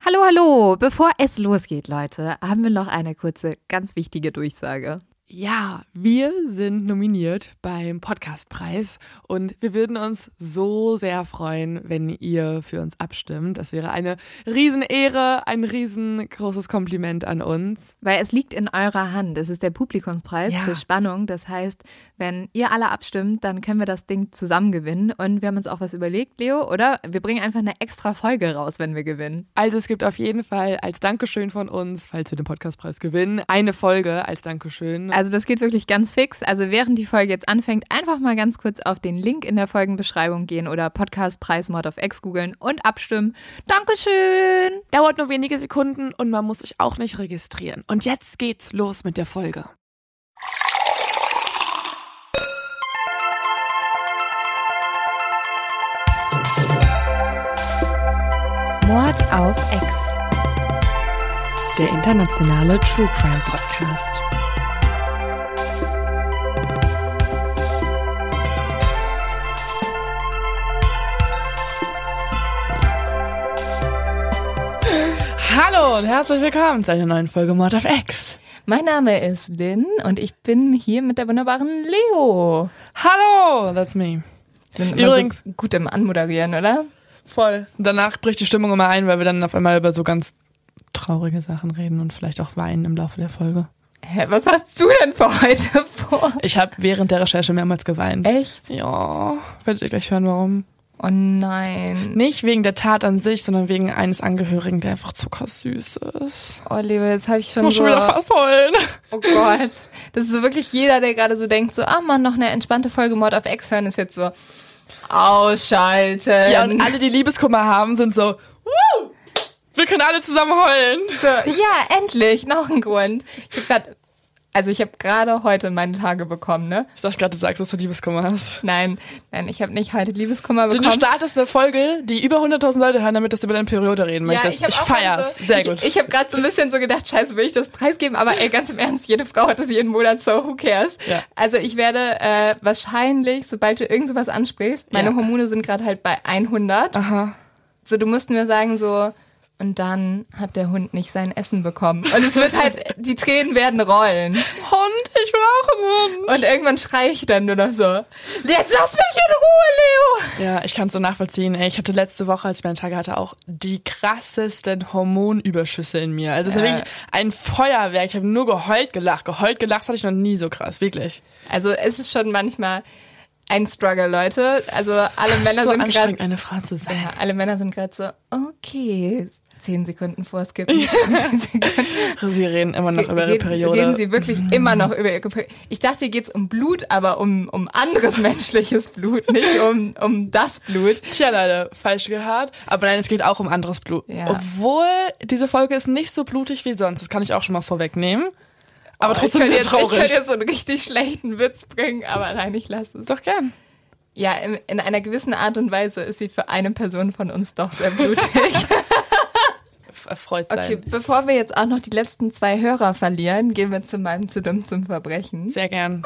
Hallo, hallo! Bevor es losgeht, Leute, haben wir noch eine kurze, ganz wichtige Durchsage. Ja, wir sind nominiert beim Podcastpreis und wir würden uns so sehr freuen, wenn ihr für uns abstimmt. Das wäre eine Riesenehre, ein riesengroßes Kompliment an uns. Weil es liegt in eurer Hand. Es ist der Publikumspreis für Spannung. Das heißt, wenn ihr alle abstimmt, dann können wir das Ding zusammen gewinnen. Und wir haben uns auch was überlegt, Leo, oder? Wir bringen einfach eine extra Folge raus, wenn wir gewinnen. Also es gibt auf jeden Fall als Dankeschön von uns, falls wir den Podcastpreis gewinnen, eine Folge als Dankeschön. Also das geht wirklich ganz fix. Also während die Folge jetzt anfängt, einfach mal ganz kurz auf den Link in der Folgenbeschreibung gehen oder Podcastpreis Mord of X googeln und abstimmen. Dankeschön! Dauert nur wenige Sekunden und man muss sich auch nicht registrieren. Und jetzt geht's los mit der Folge. Mord auf X. Der internationale True Crime Podcast. Hallo und herzlich willkommen zu einer neuen Folge Mord auf X. Mein Name ist Lynn und ich bin hier mit der wunderbaren Leo. Hallo, that's me. Sind übrigens so gut im Anmoderieren, oder? Voll. Und danach bricht die Stimmung immer ein, weil wir dann auf einmal über so ganz traurige Sachen reden und vielleicht auch weinen im Laufe der Folge. Hä, was hast du denn für heute vor? Ich habe während der Recherche mehrmals geweint. Echt? Ja, werdet ihr gleich hören, warum. Oh nein. Nicht wegen der Tat an sich, sondern wegen eines Angehörigen, der einfach zuckersüß ist. Oh, Leo, jetzt habe ich schon muss schon wieder fast heulen. Oh Gott. Das ist so wirklich jeder, der gerade so denkt, so, man, noch eine entspannte Folge Mord auf X hören, ist jetzt so, ausschalten. Ja, und alle, die Liebeskummer haben, sind so, Woo! Wir können alle zusammen heulen. So, ja, endlich, noch ein Grund. Ich habe gerade heute meine Tage bekommen, ne? Ich dachte gerade, du sagst, dass du Liebeskummer hast. Nein, ich habe nicht heute Liebeskummer bekommen. Du startest eine Folge, die über 100.000 Leute hören, damit du über deine Periode reden möchtest. Ich feier's. Sehr gut. Ich habe gerade so ein bisschen so gedacht, scheiße, will ich das preisgeben? Aber ey, ganz im Ernst, jede Frau hat das jeden Monat, so who cares? Ja. Also ich werde wahrscheinlich, sobald du irgend sowas ansprichst, meine Hormone sind gerade halt bei 100. Aha. So, du musst mir sagen so... Und dann hat der Hund nicht sein Essen bekommen. Und es wird halt, die Tränen werden rollen. Hund, ich will auch einen Hund. Und irgendwann schreie ich dann nur noch so, jetzt lass mich in Ruhe, Leo. Ja, ich kann es so nachvollziehen. Ey, ich hatte letzte Woche, als ich meine Tage hatte, auch die krassesten Hormonüberschüsse in mir. Also es war wirklich ein Feuerwerk. Ich habe nur geheult, gelacht. Geheult, gelacht hatte ich noch nie so krass, wirklich. Also es ist schon manchmal... ein Struggle, Leute. Also alle Männer so sind gerade eine Frau zu sein. Ja, alle Männer sind gerade so, okay, 10 Sekunden vorskippen. Ja. Sie reden immer noch über ihre Periode. Reden sie wirklich immer noch über ihre Periode. Ich dachte, hier geht's um Blut, aber um anderes menschliches Blut, nicht um das Blut. Tja, Leute, falsch gehört. Aber nein, es geht auch um anderes Blut. Ja. Obwohl, diese Folge ist nicht so blutig wie sonst. Das kann ich auch schon mal vorwegnehmen. Aber trotzdem sehr traurig. Ich könnte jetzt so einen richtig schlechten Witz bringen, aber nein, ich lasse es. Doch gern. Ja, in einer gewissen Art und Weise ist sie für eine Person von uns doch sehr blutig. Erfreut sein. Okay, bevor wir jetzt auch noch die letzten 2 Hörer verlieren, gehen wir zu meinem Zu dumm zum Verbrechen. Sehr gern.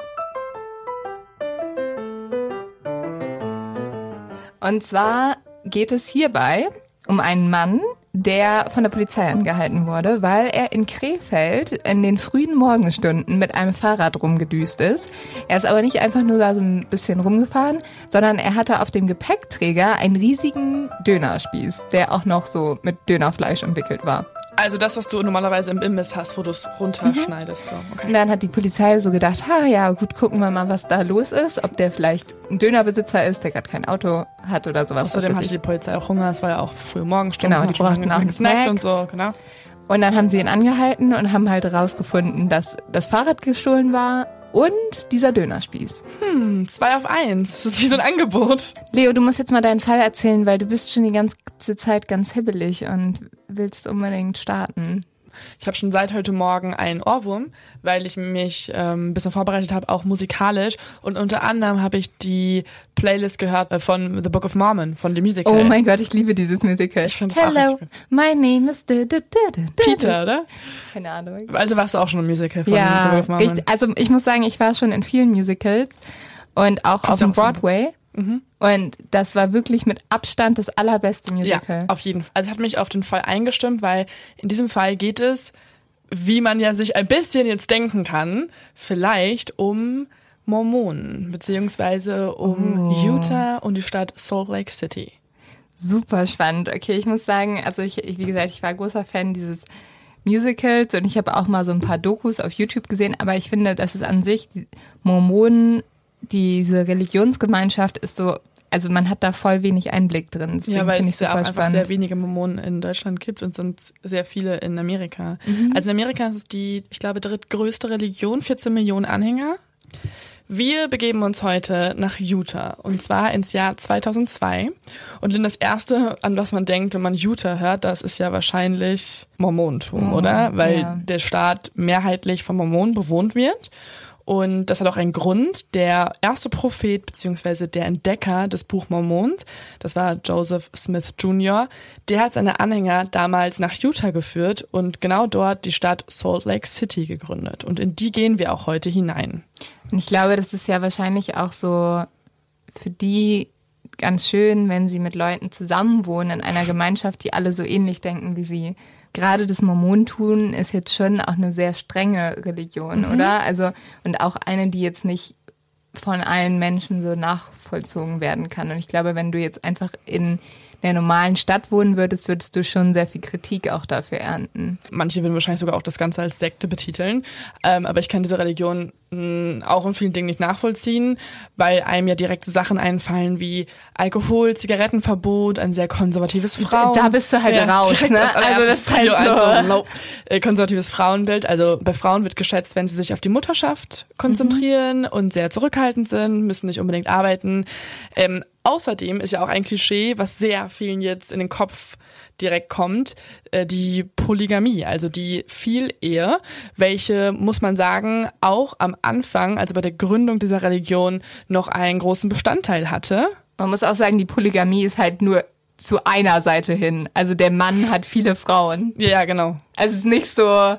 Und zwar geht es hierbei um einen Mann, der von der Polizei angehalten wurde, weil er in Krefeld in den frühen Morgenstunden mit einem Fahrrad rumgedüst ist. Er ist aber nicht einfach nur da so ein bisschen rumgefahren, sondern er hatte auf dem Gepäckträger einen riesigen Dönerspieß, der auch noch so mit Dönerfleisch umwickelt war. Also das, was du normalerweise im Imbiss hast, wo du es runterschneidest. So. Okay. Und dann hat die Polizei so gedacht, ja gut, gucken wir mal, was da los ist. Ob der vielleicht ein Dönerbesitzer ist, der gerade kein Auto hat oder sowas. Außerdem hatte die Polizei auch Hunger, es war ja auch frühe Morgenstunde. Genau, die brauchten auch einen Snack und so, genau. Und dann haben sie ihn angehalten und haben halt herausgefunden, dass das Fahrrad gestohlen war und dieser Dönerspieß. 2 auf 1. Das ist wie so ein Angebot. Leo, du musst jetzt mal deinen Fall erzählen, weil du bist schon die ganze Zeit ganz hibbelig und willst unbedingt starten. Ich habe schon seit heute Morgen einen Ohrwurm, weil ich mich ein bisschen vorbereitet habe, auch musikalisch. Und unter anderem habe ich die Playlist gehört von The Book of Mormon, von dem Musical. Oh mein Gott, ich liebe dieses Musical. Ich finde das auch Hello, my name is Peter, oder? Keine Ahnung. Also warst du auch schon im Musical von The Book of Mormon? Also ich muss sagen, ich war schon in vielen Musicals und auch auf dem Broadway. Und das war wirklich mit Abstand das allerbeste Musical. Ja, auf jeden Fall. Also es hat mich auf den Fall eingestimmt, weil in diesem Fall geht es, wie man ja sich ein bisschen jetzt denken kann, vielleicht um Mormonen, beziehungsweise um Utah und die Stadt Salt Lake City. Super spannend. Okay, ich muss sagen, also wie gesagt, ich war großer Fan dieses Musicals und ich habe auch mal so ein paar Dokus auf YouTube gesehen, aber ich finde, dass es an sich, die Mormonen, diese Religionsgemeinschaft ist so, also man hat da voll wenig Einblick drin. Deswegen weil finde es ja auch einfach spannend. sehr wenige Mormonen in Deutschland gibt und sind sehr viele in Amerika. Also in Amerika ist es die, ich glaube, drittgrößte Religion, 14 Millionen Anhänger. Wir begeben uns heute nach Utah und zwar ins Jahr 2002. Und das Erste, an was man denkt, wenn man Utah hört, das ist ja wahrscheinlich Mormonentum, oder? Weil der Staat mehrheitlich von Mormonen bewohnt wird. Und das hat auch einen Grund. Der erste Prophet bzw. der Entdecker des Buch Mormons, das war Joseph Smith Jr., der hat seine Anhänger damals nach Utah geführt und genau dort die Stadt Salt Lake City gegründet. Und in die gehen wir auch heute hinein. Und ich glaube, das ist ja wahrscheinlich auch so für die ganz schön, wenn sie mit Leuten zusammenwohnen in einer Gemeinschaft, die alle so ähnlich denken wie sie. Gerade das Mormonentum ist jetzt schon auch eine sehr strenge Religion, oder? Also, und auch eine, die jetzt nicht von allen Menschen so nachvollzogen werden kann. Und ich glaube, wenn du jetzt einfach in der normalen Stadt wohnen würdest, würdest du schon sehr viel Kritik auch dafür ernten. Manche würden wahrscheinlich sogar auch das Ganze als Sekte betiteln. Aber ich kann diese Religion auch in vielen Dingen nicht nachvollziehen, weil einem ja direkt so Sachen einfallen wie Alkohol, Zigarettenverbot, ein sehr konservatives Frauen. Da bist du halt raus, ne? Also das ist halt so konservatives Frauenbild. Also bei Frauen wird geschätzt, wenn sie sich auf die Mutterschaft konzentrieren und sehr zurückhaltend sind, müssen nicht unbedingt arbeiten. Außerdem ist ja auch ein Klischee, was sehr vielen jetzt in den Kopf direkt kommt, die Polygamie, also die Vielehe, welche, muss man sagen, auch am Anfang, also bei der Gründung dieser Religion, noch einen großen Bestandteil hatte. Man muss auch sagen, die Polygamie ist halt nur zu einer Seite hin. Also der Mann hat viele Frauen. Ja, genau. Also es ist nicht so,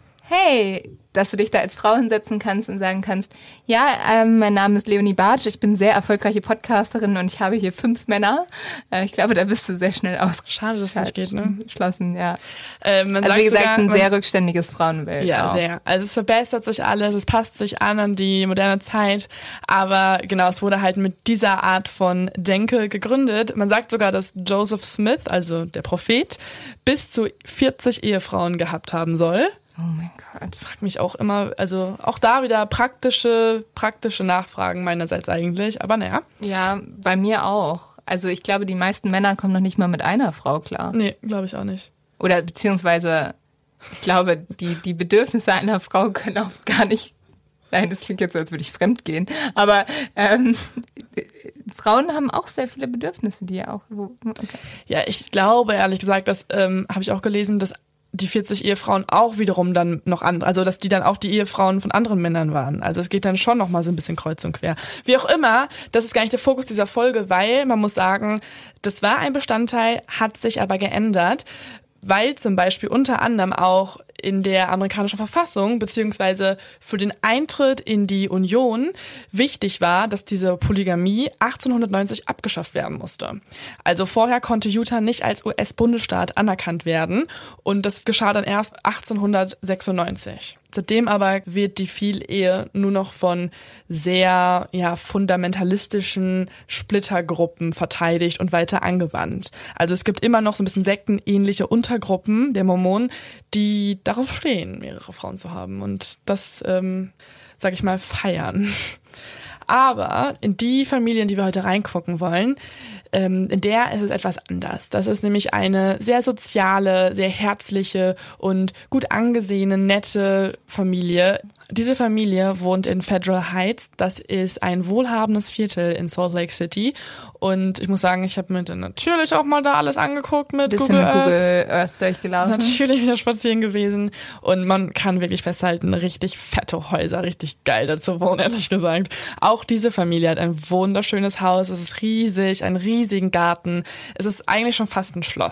hey, dass du dich da als Frau hinsetzen kannst und sagen kannst, ja, mein Name ist Leonie Bartsch, ich bin sehr erfolgreiche Podcasterin und ich habe hier 5 Männer. Ich glaube, da bist du sehr schnell Schade, dass es nicht geht, ne? Geschlossen, ja. Man also sagt wie gesagt, sogar, ein sehr rückständiges Frauenbild. Ja, auch. sehr. Also es verbessert sich alles, es passt sich an die moderne Zeit, aber genau, es wurde halt mit dieser Art von Denke gegründet. Man sagt sogar, dass Joseph Smith, also der Prophet, bis zu 40 Ehefrauen gehabt haben soll. Oh mein Gott. Fragt mich auch immer, also auch da wieder praktische Nachfragen meinerseits eigentlich, aber naja. Ja, bei mir auch. Also ich glaube, die meisten Männer kommen noch nicht mal mit einer Frau klar. Nee, glaube ich auch nicht. Oder beziehungsweise, ich glaube, die Bedürfnisse einer Frau können auch gar nicht, nein, das klingt jetzt so, als würde ich fremd gehen, aber Frauen haben auch sehr viele Bedürfnisse, die ja auch... Okay. Ja, ich glaube, ehrlich gesagt, das habe ich auch gelesen, dass die 40 Ehefrauen auch wiederum dann noch andere, also dass die dann auch die Ehefrauen von anderen Männern waren. Also es geht dann schon noch mal so ein bisschen kreuz und quer. Wie auch immer, das ist gar nicht der Fokus dieser Folge, weil man muss sagen, das war ein Bestandteil, hat sich aber geändert, weil zum Beispiel unter anderem auch in der amerikanischen Verfassung beziehungsweise für den Eintritt in die Union wichtig war, dass diese Polygamie 1890 abgeschafft werden musste. Also vorher konnte Utah nicht als US-Bundesstaat anerkannt werden und das geschah dann erst 1896. Seitdem aber wird die Vielehe nur noch von sehr fundamentalistischen Splittergruppen verteidigt und weiter angewandt. Also es gibt immer noch so ein bisschen sektenähnliche Untergruppen der Mormonen, die darauf stehen, mehrere Frauen zu haben und das, sag ich mal, feiern. Aber in die Familien, die wir heute reingucken wollen, in der ist es etwas anders. Das ist nämlich eine sehr soziale, sehr herzliche und gut angesehene, nette Familie. Diese Familie wohnt in Federal Heights. Das ist ein wohlhabendes Viertel in Salt Lake City. Und ich muss sagen, ich habe mir dann natürlich auch mal da alles angeguckt mit Google Earth durchgelaufen. Natürlich wieder spazieren gewesen. Und man kann wirklich festhalten, richtig fette Häuser, richtig geil da zu wohnen, ehrlich gesagt. Auch diese Familie hat ein wunderschönes Haus. Es ist riesig, einen riesigen Garten. Es ist eigentlich schon fast ein Schloss.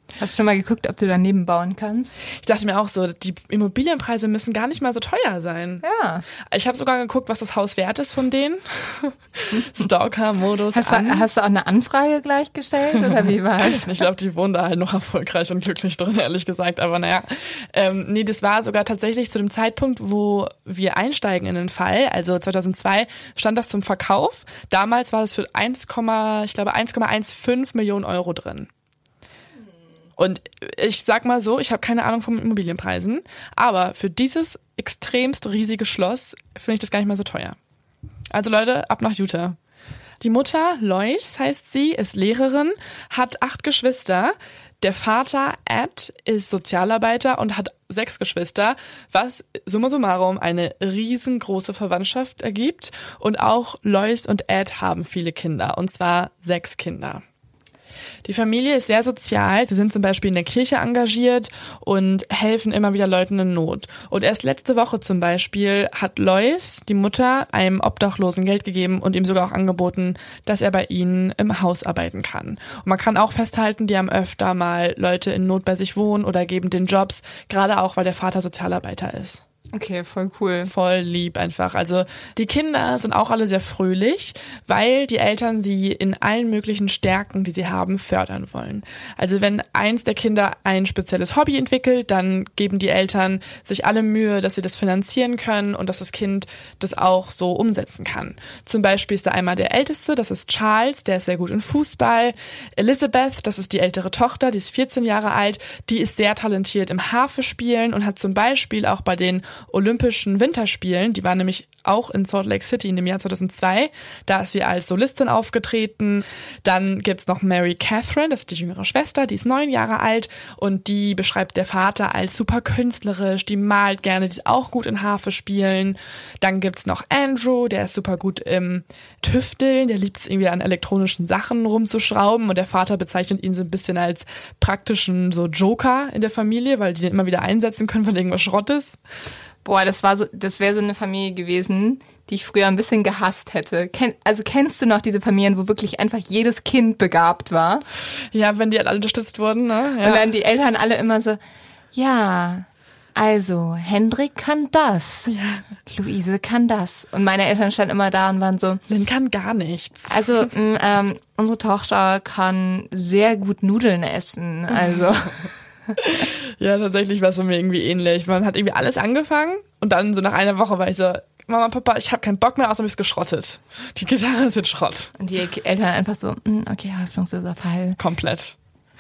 Hast du schon mal geguckt, ob du daneben bauen kannst? Ich dachte mir auch so, die Immobilienpreise müssen gar nicht mal so teuer sein. Ja. Ich habe sogar geguckt, was das Haus wert ist von denen. Stalker-Modus Hast du auch eine Anfrage gleich gestellt oder wie war es? Ich glaube, die wohnen da halt noch erfolgreich und glücklich drin, ehrlich gesagt. Aber naja, nee, das war sogar tatsächlich zu dem Zeitpunkt, wo wir einsteigen in den Fall. Also 2002 stand das zum Verkauf. Damals war das für 1,15 Millionen Euro drin. Und ich sag mal so, ich habe keine Ahnung von Immobilienpreisen, aber für dieses extremst riesige Schloss finde ich das gar nicht mal so teuer. Also Leute, ab nach Utah. Die Mutter, Lois heißt sie, ist Lehrerin, hat 8 Geschwister. Der Vater, Ed, ist Sozialarbeiter und hat 6 Geschwister, was summa summarum eine riesengroße Verwandtschaft ergibt. Und auch Lois und Ed haben viele Kinder, und zwar 6 Kinder. Die Familie ist sehr sozial. Sie sind zum Beispiel in der Kirche engagiert und helfen immer wieder Leuten in Not. Und erst letzte Woche zum Beispiel hat Lois, die Mutter, einem Obdachlosen Geld gegeben und ihm sogar auch angeboten, dass er bei ihnen im Haus arbeiten kann. Und man kann auch festhalten, die haben öfter mal Leute in Not bei sich wohnen oder geben den Jobs, gerade auch, weil der Vater Sozialarbeiter ist. Okay, voll cool. Voll lieb einfach. Also die Kinder sind auch alle sehr fröhlich, weil die Eltern sie in allen möglichen Stärken, die sie haben, fördern wollen. Also wenn eins der Kinder ein spezielles Hobby entwickelt, dann geben die Eltern sich alle Mühe, dass sie das finanzieren können und dass das Kind das auch so umsetzen kann. Zum Beispiel ist da einmal der Älteste, das ist Charles, der ist sehr gut in Fußball. Elizabeth, das ist die ältere Tochter, die ist 14 Jahre alt, die ist sehr talentiert im Harfespielen und hat zum Beispiel auch bei den Olympischen Winterspielen, die waren nämlich auch in Salt Lake City in dem Jahr 2002, da ist sie als Solistin aufgetreten. Dann gibt's noch Mary Catherine, das ist die jüngere Schwester, die ist 9 Jahre alt und die beschreibt der Vater als super künstlerisch, die malt gerne, die ist auch gut in Harfe spielen. Dann gibt's noch Andrew, der ist super gut im Tüfteln, der liebt es irgendwie an elektronischen Sachen rumzuschrauben und der Vater bezeichnet ihn so ein bisschen als praktischen so Joker in der Familie, weil die den immer wieder einsetzen können, wenn irgendwas Schrott ist. Boah, das wäre so eine Familie gewesen, die ich früher ein bisschen gehasst hätte. Kennst du noch diese Familien, wo wirklich einfach jedes Kind begabt war? Ja, wenn die alle unterstützt wurden, ne? Ja. Und dann die Eltern alle immer so, ja, also Hendrik kann das, ja. Luise kann das. Und meine Eltern standen immer da und waren so, Lynn kann gar nichts. Also unsere Tochter kann sehr gut Nudeln essen, also... Ja, tatsächlich war es bei mir irgendwie ähnlich. Man hat irgendwie alles angefangen und dann so nach einer Woche war ich so, Mama, Papa, ich habe keinen Bock mehr, außer mich ist geschrottet. Die Gitarre ist jetzt Schrott. Und die Eltern einfach so, okay, hoffnungsloser Fall. Komplett.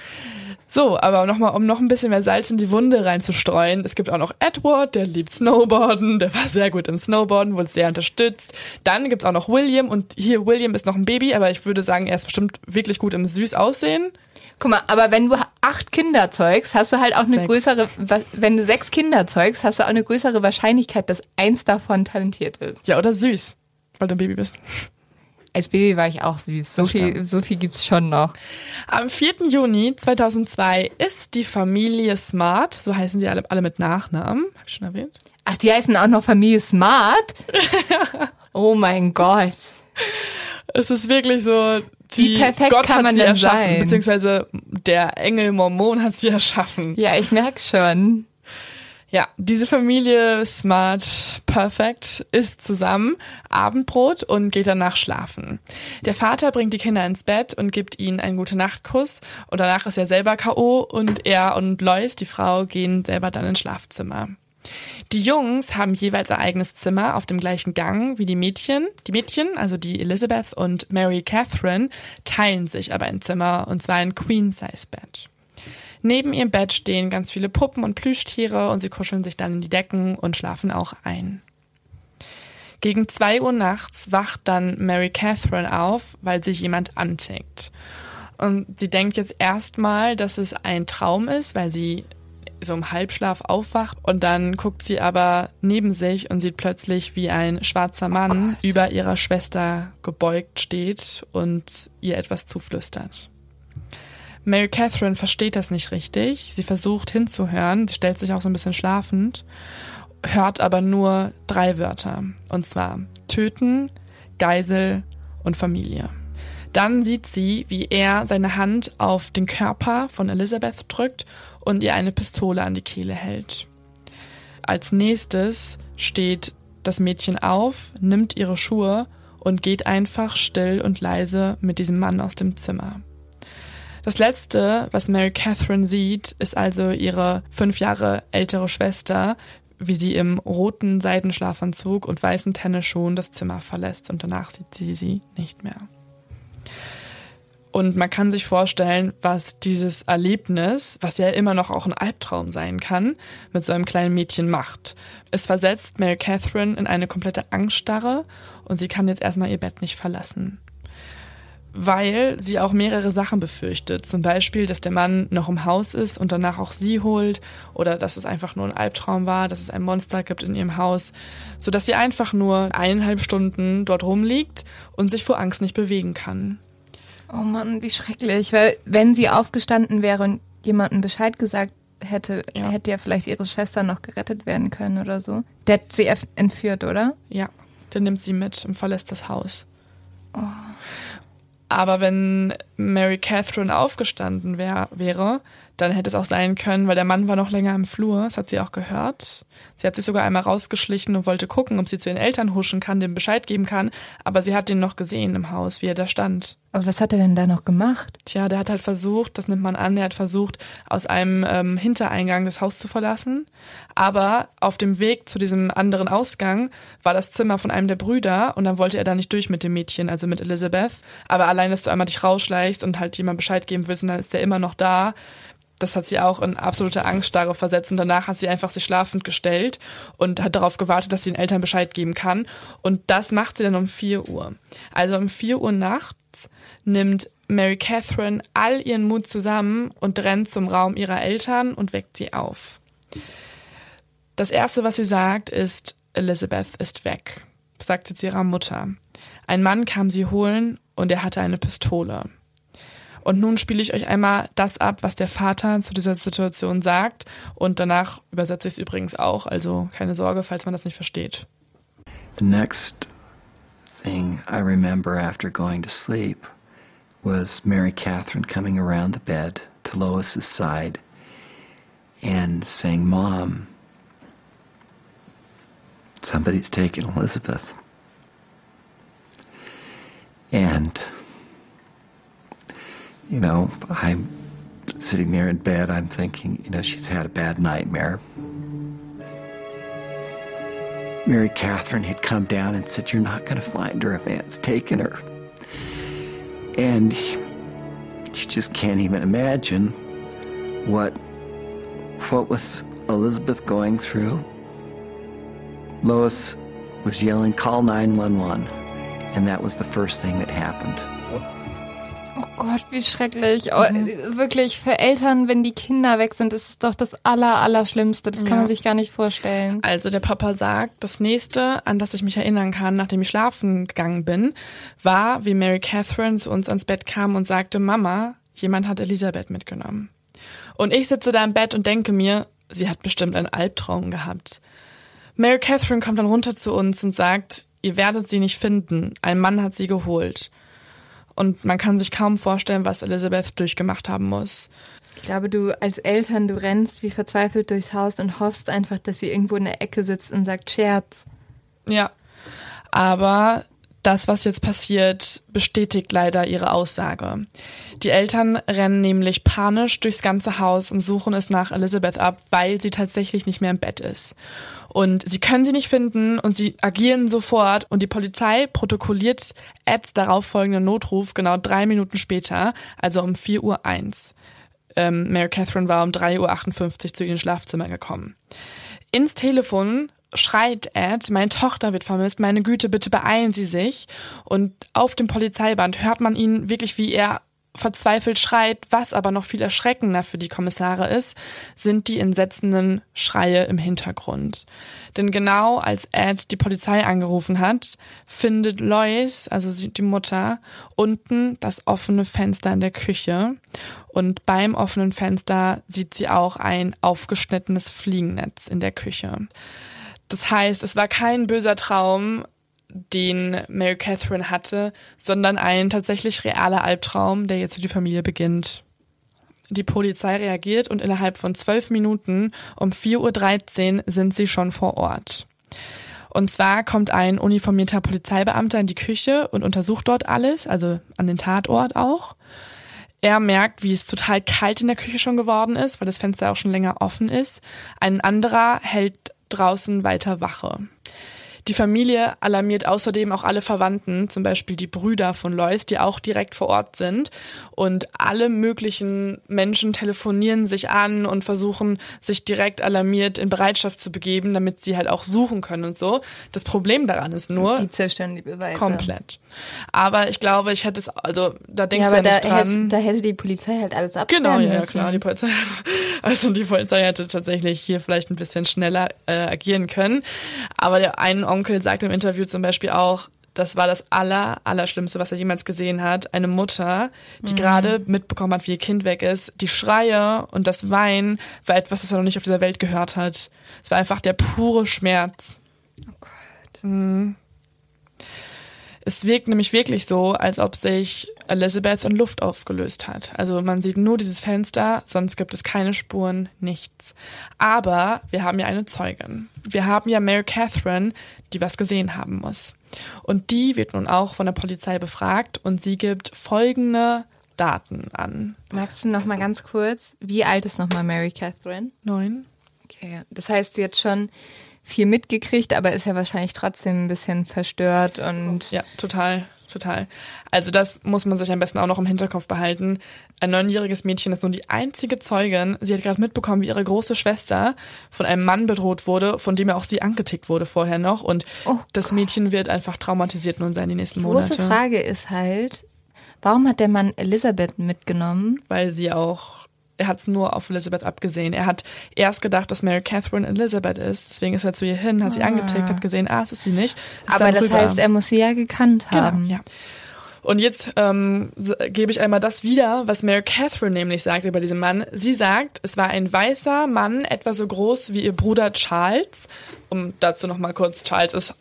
So, aber nochmal, um noch ein bisschen mehr Salz in die Wunde reinzustreuen, es gibt auch noch Edward, der liebt Snowboarden, der war sehr gut im Snowboarden, wurde sehr unterstützt. Dann gibt's auch noch William und hier, William ist noch ein Baby, aber ich würde sagen, er ist bestimmt wirklich gut im Süß-Aussehen. Guck mal, aber wenn du 8 Kinder zeugst, hast du halt auch eine größere, wenn du 6 Kinder zeugst, hast du auch eine größere Wahrscheinlichkeit, dass eins davon talentiert ist. Ja, oder süß, weil du ein Baby bist. Als Baby war ich auch süß. So viel gibt's schon noch. Am 4. Juni 2002 ist die Familie Smart, so heißen sie alle mit Nachnamen, hab ich schon erwähnt. Ach, die heißen auch noch Familie Smart? Oh mein Gott. Es ist wirklich so, wie perfekt Gott kann hat man sie denn erschaffen, sein? Beziehungsweise der Engel Mormon hat sie erschaffen. Ja, ich merk's schon. Ja, diese Familie Smart Perfect isst zusammen Abendbrot und geht danach schlafen. Der Vater bringt die Kinder ins Bett und gibt ihnen einen Gute-Nacht-Kuss und danach ist er selber K.O. und er und Lois, die Frau, gehen selber dann ins Schlafzimmer. Die Jungs haben jeweils ein eigenes Zimmer auf dem gleichen Gang wie die Mädchen. Die Mädchen, also die Elizabeth und Mary Catherine, teilen sich aber ein Zimmer und zwar ein Queen-Size-Bett. Neben ihrem Bett stehen ganz viele Puppen und Plüschtiere und sie kuscheln sich dann in die Decken und schlafen auch ein. Gegen 2 Uhr nachts wacht dann Mary Catherine auf, weil sich jemand antickt. Und sie denkt jetzt erstmal, dass es ein Traum ist, weil sie so im Halbschlaf aufwacht und dann guckt sie aber neben sich und sieht plötzlich, wie ein schwarzer Mann über ihrer Schwester gebeugt steht und ihr etwas zuflüstert. Mary Catherine versteht das nicht richtig. Sie versucht hinzuhören, sie stellt sich auch so ein bisschen schlafend, hört aber nur 3 Wörter. Und zwar töten, Geisel und Familie. Dann sieht sie, wie er seine Hand auf den Körper von Elizabeth drückt und ihr eine Pistole an die Kehle hält. Als nächstes steht das Mädchen auf, nimmt ihre Schuhe und geht einfach still und leise mit diesem Mann aus dem Zimmer. Das Letzte, was Mary Catherine sieht, ist also ihre 5 Jahre ältere Schwester, wie sie im roten Seidenschlafanzug und weißen Tennisschuhen das Zimmer verlässt, und danach sieht sie nicht mehr. Und man kann sich vorstellen, was dieses Erlebnis, was ja immer noch auch ein Albtraum sein kann, mit so einem kleinen Mädchen macht. Es versetzt Mary Catherine in eine komplette Angststarre und sie kann jetzt erstmal ihr Bett nicht verlassen. Weil sie auch mehrere Sachen befürchtet. Zum Beispiel, dass der Mann noch im Haus ist und danach auch sie holt, oder dass es einfach nur ein Albtraum war, dass es ein Monster gibt in ihrem Haus, sodass sie einfach nur 1,5 Stunden dort rumliegt und sich vor Angst nicht bewegen kann. Oh Mann, wie schrecklich. Weil wenn sie aufgestanden wäre und jemandem Bescheid gesagt hätte, hätte ja vielleicht ihre Schwester noch gerettet werden können oder so. Der hat sie entführt, oder? Ja, der nimmt sie mit und verlässt das Haus. Oh. Aber wenn Mary Catherine aufgestanden wäre, dann hätte es auch sein können, weil der Mann war noch länger im Flur, das hat sie auch gehört. Sie hat sich sogar einmal rausgeschlichen und wollte gucken, ob sie zu ihren Eltern huschen kann, dem Bescheid geben kann, aber sie hat ihn noch gesehen im Haus, wie er da stand. Aber was hat er denn da noch gemacht? Tja, der hat halt versucht, das nimmt man an, der hat versucht, aus einem Hintereingang das Haus zu verlassen, aber auf dem Weg zu diesem anderen Ausgang war das Zimmer von einem der Brüder und dann wollte er da nicht durch mit dem Mädchen, also mit Elizabeth, aber allein, dass du einmal dich rausschleichst und halt jemand Bescheid geben willst und dann ist der immer noch da, das hat sie auch in absolute Angststarre versetzt und danach hat sie einfach sich schlafend gestellt und hat darauf gewartet, dass sie den Eltern Bescheid geben kann. Und das macht sie dann um 4 Uhr. Also um 4 Uhr nachts nimmt Mary Catherine all ihren Mut zusammen und rennt zum Raum ihrer Eltern und weckt sie auf. Das Erste, was sie sagt, ist, Elizabeth ist weg, sagt sie zu ihrer Mutter. Ein Mann kam sie holen und er hatte eine Pistole. Und nun spiele ich euch einmal das ab, was der Vater zu dieser Situation sagt. Und danach übersetze ich es übrigens auch, also keine Sorge, falls man das nicht versteht. The next thing I remember after going to sleep was Mary Catherine coming around the bed to Lois's side and saying, "Mom, somebody's taken Elizabeth." And I'm sitting there in bed, I'm thinking, she's had a bad nightmare. Mary Catherine had come down and said, "You're not going to find her, a man's taken her." And you just can't even imagine what was Elizabeth going through. Lois was yelling, "Call 911," and that was the first thing that happened. Oh Gott, wie schrecklich. Oh, wirklich, für Eltern, wenn die Kinder weg sind, ist es doch das Allerschlimmste. Das kann man sich gar nicht vorstellen. Also der Papa sagt, das Nächste, an das ich mich erinnern kann, nachdem ich schlafen gegangen bin, war, wie Mary Catherine zu uns ans Bett kam und sagte, Mama, jemand hat Elisabeth mitgenommen. Und ich sitze da im Bett und denke mir, sie hat bestimmt einen Albtraum gehabt. Mary Catherine kommt dann runter zu uns und sagt, ihr werdet sie nicht finden. Ein Mann hat sie geholt. Und man kann sich kaum vorstellen, was Elizabeth durchgemacht haben muss. Ich glaube, du als Eltern, du rennst wie verzweifelt durchs Haus und hoffst einfach, dass sie irgendwo in der Ecke sitzt und sagt, Scherz. Ja, aber das, was jetzt passiert, bestätigt leider ihre Aussage. Die Eltern rennen nämlich panisch durchs ganze Haus und suchen es nach Elizabeth ab, weil sie tatsächlich nicht mehr im Bett ist. Und sie können sie nicht finden und sie agieren sofort und die Polizei protokolliert Eds darauffolgenden Notruf genau 3 Minuten später, also um 4:01 Uhr. Mary Catherine war um 3:58 Uhr zu ihrem Schlafzimmer gekommen. Ins Telefon schreit Ed, meine Tochter wird vermisst, meine Güte, bitte beeilen Sie sich. Und auf dem Polizeiband hört man ihn wirklich, wie er verzweifelt schreit. Was aber noch viel erschreckender für die Kommissare ist, sind die entsetzenden Schreie im Hintergrund. Denn genau als Ed die Polizei angerufen hat, findet Lois, also die Mutter, unten das offene Fenster in der Küche. Und beim offenen Fenster sieht sie auch ein aufgeschnittenes Fliegennetz in der Küche. Das heißt, es war kein böser Traum. den Mary Catherine hatte, sondern ein tatsächlich realer Albtraum, der jetzt für die Familie beginnt. Die Polizei reagiert und innerhalb von 12 Minuten um 4:13 Uhr sind sie schon vor Ort. Und zwar kommt ein uniformierter Polizeibeamter in die Küche und untersucht dort alles, also an den Tatort auch. Er merkt, wie es total kalt in der Küche schon geworden ist, weil das Fenster auch schon länger offen ist. Ein anderer hält draußen weiter Wache. Die Familie alarmiert außerdem auch alle Verwandten, zum Beispiel die Brüder von Lois, die auch direkt vor Ort sind. Und alle möglichen Menschen telefonieren sich an und versuchen, sich direkt alarmiert in Bereitschaft zu begeben, damit sie halt auch suchen können und so. Das Problem daran ist nur... Die zerstören die Beweise. Komplett. Aber ich glaube, ich hätte es, also da denkst du aber ja nicht dran. Da hätte die Polizei halt alles absperren Genau, ja müssen. klar, die Polizei hätte tatsächlich hier vielleicht ein bisschen schneller agieren können. Aber der einen Onkel sagt im Interview zum Beispiel auch, das war das Allerschlimmste, was er jemals gesehen hat. Eine Mutter, die gerade mitbekommen hat, wie ihr Kind weg ist. Die Schreie und das Weinen war etwas, das er noch nicht auf dieser Welt gehört hat. Es war einfach der pure Schmerz. Oh Gott. Mhm. Es wirkt nämlich wirklich so, als ob sich Elizabeth in Luft aufgelöst hat. Also man sieht nur dieses Fenster, sonst gibt es keine Spuren, nichts. Aber wir haben ja eine Zeugin. Wir haben ja Mary Catherine, die was gesehen haben muss. Und die wird nun auch von der Polizei befragt und sie gibt folgende Daten an. Magst du noch mal ganz kurz, wie alt ist noch mal Mary Catherine? 9. Okay, das heißt, sie hat schon viel mitgekriegt, aber ist ja wahrscheinlich trotzdem ein bisschen verstört und... Ja, total. Also das muss man sich am besten auch noch im Hinterkopf behalten. Ein 9-jähriges Mädchen ist nun die einzige Zeugin. Sie hat gerade mitbekommen, wie ihre große Schwester von einem Mann bedroht wurde, von dem ja auch sie angetickt wurde vorher noch. Und das Mädchen wird einfach traumatisiert nun sein die nächsten Monate. Die große Frage ist halt, warum hat der Mann Elizabeth mitgenommen? Weil er hat es nur auf Elizabeth abgesehen. Er hat erst gedacht, dass Mary Catherine Elizabeth ist. Deswegen ist er zu ihr hin, hat sie angetickt, hat gesehen, es ist sie nicht. Aber das heißt, er muss sie ja gekannt haben. Genau, ja. Und jetzt gebe ich einmal das wieder, was Mary Catherine nämlich sagt über diesen Mann. Sie sagt, es war ein weißer Mann, etwa so groß wie ihr Bruder Charles. Dazu nochmal kurz, Charles ist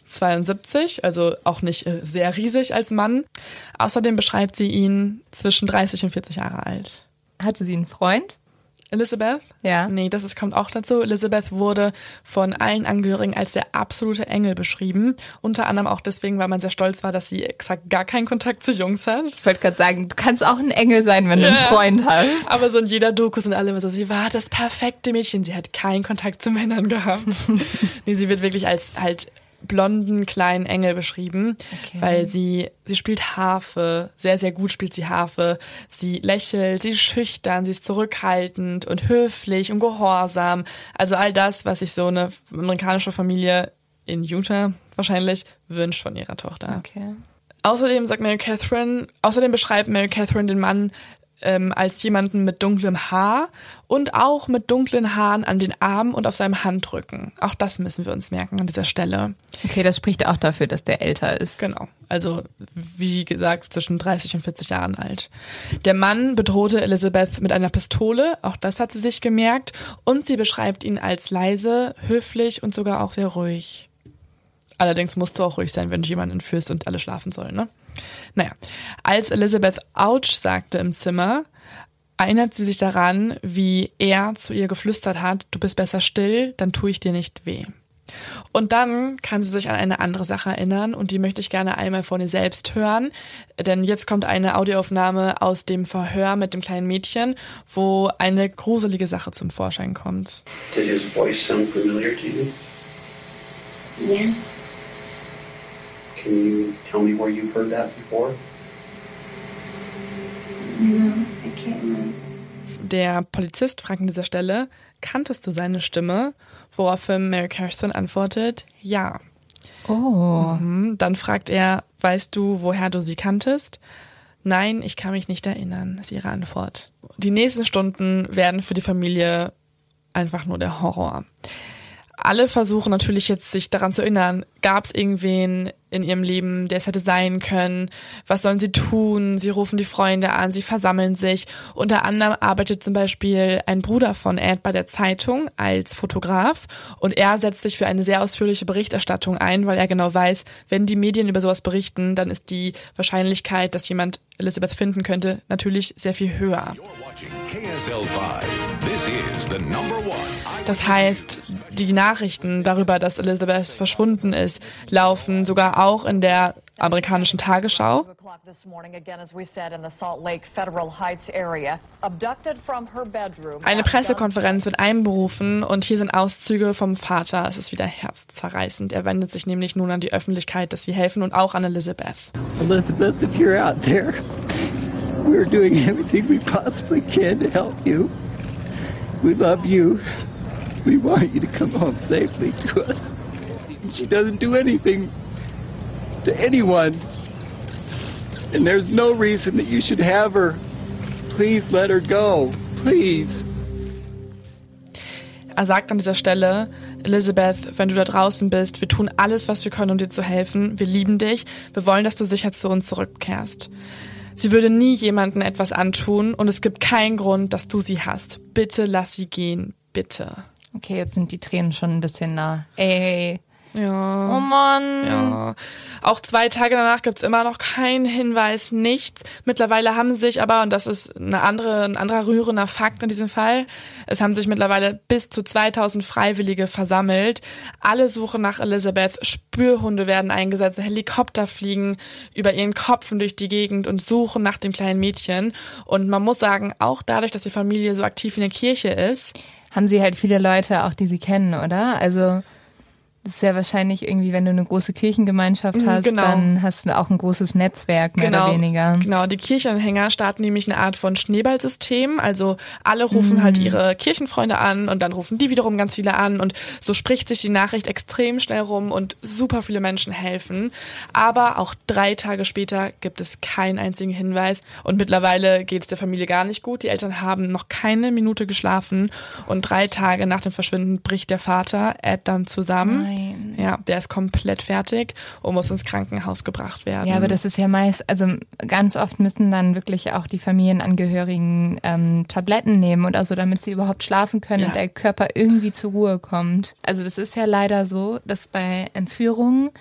1,72, also auch nicht sehr riesig als Mann. Außerdem beschreibt sie ihn zwischen 30 und 40 Jahre alt. Hatte sie einen Freund? Elizabeth? Ja. Nee, kommt auch dazu. Elizabeth wurde von allen Angehörigen als der absolute Engel beschrieben. Unter anderem auch deswegen, weil man sehr stolz war, dass sie exakt gar keinen Kontakt zu Jungs hat. Ich wollte gerade sagen, du kannst auch ein Engel sein, wenn du einen Freund hast. Aber so in jeder Doku sind alle immer so, sie war das perfekte Mädchen. Sie hat keinen Kontakt zu Männern gehabt. Nee, sie wird wirklich als halt blonden kleinen Engel beschrieben, weil sie spielt Harfe, sehr, sehr gut spielt sie Harfe. Sie lächelt, sie ist schüchtern, sie ist zurückhaltend und höflich und gehorsam. Also all das, was sich so eine amerikanische Familie in Utah wahrscheinlich wünscht von ihrer Tochter. Okay. Außerdem beschreibt Mary Catherine den Mann als jemanden mit dunklem Haar und auch mit dunklen Haaren an den Armen und auf seinem Handrücken. Auch das müssen wir uns merken an dieser Stelle. Okay, das spricht auch dafür, dass der älter ist. Genau, also wie gesagt zwischen 30 und 40 Jahren alt. Der Mann bedrohte Elizabeth mit einer Pistole, auch das hat sie sich gemerkt, und sie beschreibt ihn als leise, höflich und sogar auch sehr ruhig. Allerdings musst du auch ruhig sein, wenn du jemanden entführst und alle schlafen sollen, ne? Naja, als Elizabeth Ouch sagte im Zimmer, erinnert sie sich daran, wie er zu ihr geflüstert hat, du bist besser still, dann tue ich dir nicht weh. Und dann kann sie sich an eine andere Sache erinnern und die möchte ich gerne einmal von ihr selbst hören, denn jetzt kommt eine Audioaufnahme aus dem Verhör mit dem kleinen Mädchen, wo eine gruselige Sache zum Vorschein kommt. Did his voice sound familiar to you? Yeah. Can you tell me where you've heard that before? No, I can't remember. Der Polizist fragt an dieser Stelle, kanntest du seine Stimme? Woraufhin Mary Catherine antwortet, ja. Oh. Dann fragt er, weißt du, woher du sie kanntest? Nein, ich kann mich nicht erinnern, ist ihre Antwort. Die nächsten Stunden werden für die Familie einfach nur der Horror. alle versuchen natürlich jetzt, sich daran zu erinnern, gab es irgendwen in ihrem Leben, der es hätte sein können? Was sollen sie tun? Sie rufen die Freunde an, sie versammeln sich. Unter anderem arbeitet zum Beispiel ein Bruder von Ed bei der Zeitung als Fotograf und er setzt sich für eine sehr ausführliche Berichterstattung ein, weil er genau weiß, wenn die Medien über sowas berichten, dann ist die Wahrscheinlichkeit, dass jemand Elizabeth finden könnte, natürlich sehr viel höher. Das heißt, die Nachrichten darüber, dass Elizabeth verschwunden ist, laufen sogar auch in der amerikanischen Tagesschau. Eine Pressekonferenz wird einberufen und hier sind Auszüge vom Vater. Es ist wieder herzzerreißend. Er wendet sich nämlich nun an die Öffentlichkeit, dass sie helfen und auch an Elizabeth. Elizabeth, if you're out there, we're doing everything we possibly can to help you. We love you. We want you to come home safely to us. She doesn't do anything to anyone. And there's no reason that you should have her. Please let her go. Please. Er sagt an dieser Stelle, Elizabeth, wenn du da draußen bist, wir tun alles, was wir können, um dir zu helfen. Wir lieben dich. Wir wollen, dass du sicher zu uns zurückkehrst. Sie würde nie jemandem etwas antun und es gibt keinen Grund, dass du sie hast. Bitte lass sie gehen. Bitte. Okay, jetzt sind die Tränen schon ein bisschen nah. Ey. Ja. Oh Mann. Ja. Auch 2 Tage danach gibt's immer noch keinen Hinweis, nichts. Mittlerweile haben sich aber, und das ist ein anderer rührender Fakt in diesem Fall, es haben sich mittlerweile bis zu 2000 Freiwillige versammelt. Alle suchen nach Elizabeth, Spürhunde werden eingesetzt, Helikopter fliegen über ihren Köpfen durch die Gegend und suchen nach dem kleinen Mädchen. Und man muss sagen, auch dadurch, dass die Familie so aktiv in der Kirche ist, haben sie halt viele Leute auch, die sie kennen, oder? Also das ist ja wahrscheinlich irgendwie, wenn du eine große Kirchengemeinschaft hast, genau. Dann hast du auch ein großes Netzwerk, mehr oder weniger. Genau, die Kirchenanhänger starten nämlich eine Art von Schneeballsystem. Also alle rufen halt ihre Kirchenfreunde an und dann rufen die wiederum ganz viele an und so spricht sich die Nachricht extrem schnell rum und super viele Menschen helfen. Aber auch 3 Tage später gibt es keinen einzigen Hinweis und mittlerweile geht es der Familie gar nicht gut. Die Eltern haben noch keine Minute geschlafen und 3 Tage nach dem Verschwinden bricht der Vater Ed dann zusammen. Nein. Ja, der ist komplett fertig und muss ins Krankenhaus gebracht werden. Ja, aber das ist ja meist, also ganz oft müssen dann wirklich auch die Familienangehörigen Tabletten nehmen oder so, damit sie überhaupt schlafen können und der Körper irgendwie zur Ruhe kommt. Also das ist ja leider so, dass bei Entführungen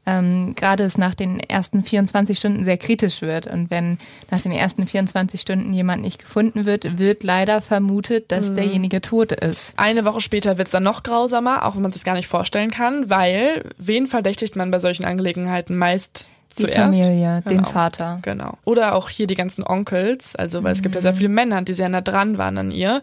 gerade es nach den ersten 24 Stunden sehr kritisch wird. Und wenn nach den ersten 24 Stunden jemand nicht gefunden wird, wird leider vermutet, dass derjenige tot ist. Eine Woche später wird es dann noch grausamer, auch wenn man es gar nicht vorstellen kann, weil wen verdächtigt man bei solchen Angelegenheiten meist zuerst? Die Familie, den Vater. Genau. Oder auch hier die ganzen Onkels, also weil es gibt ja sehr viele Männer, die sehr nah dran waren an ihr.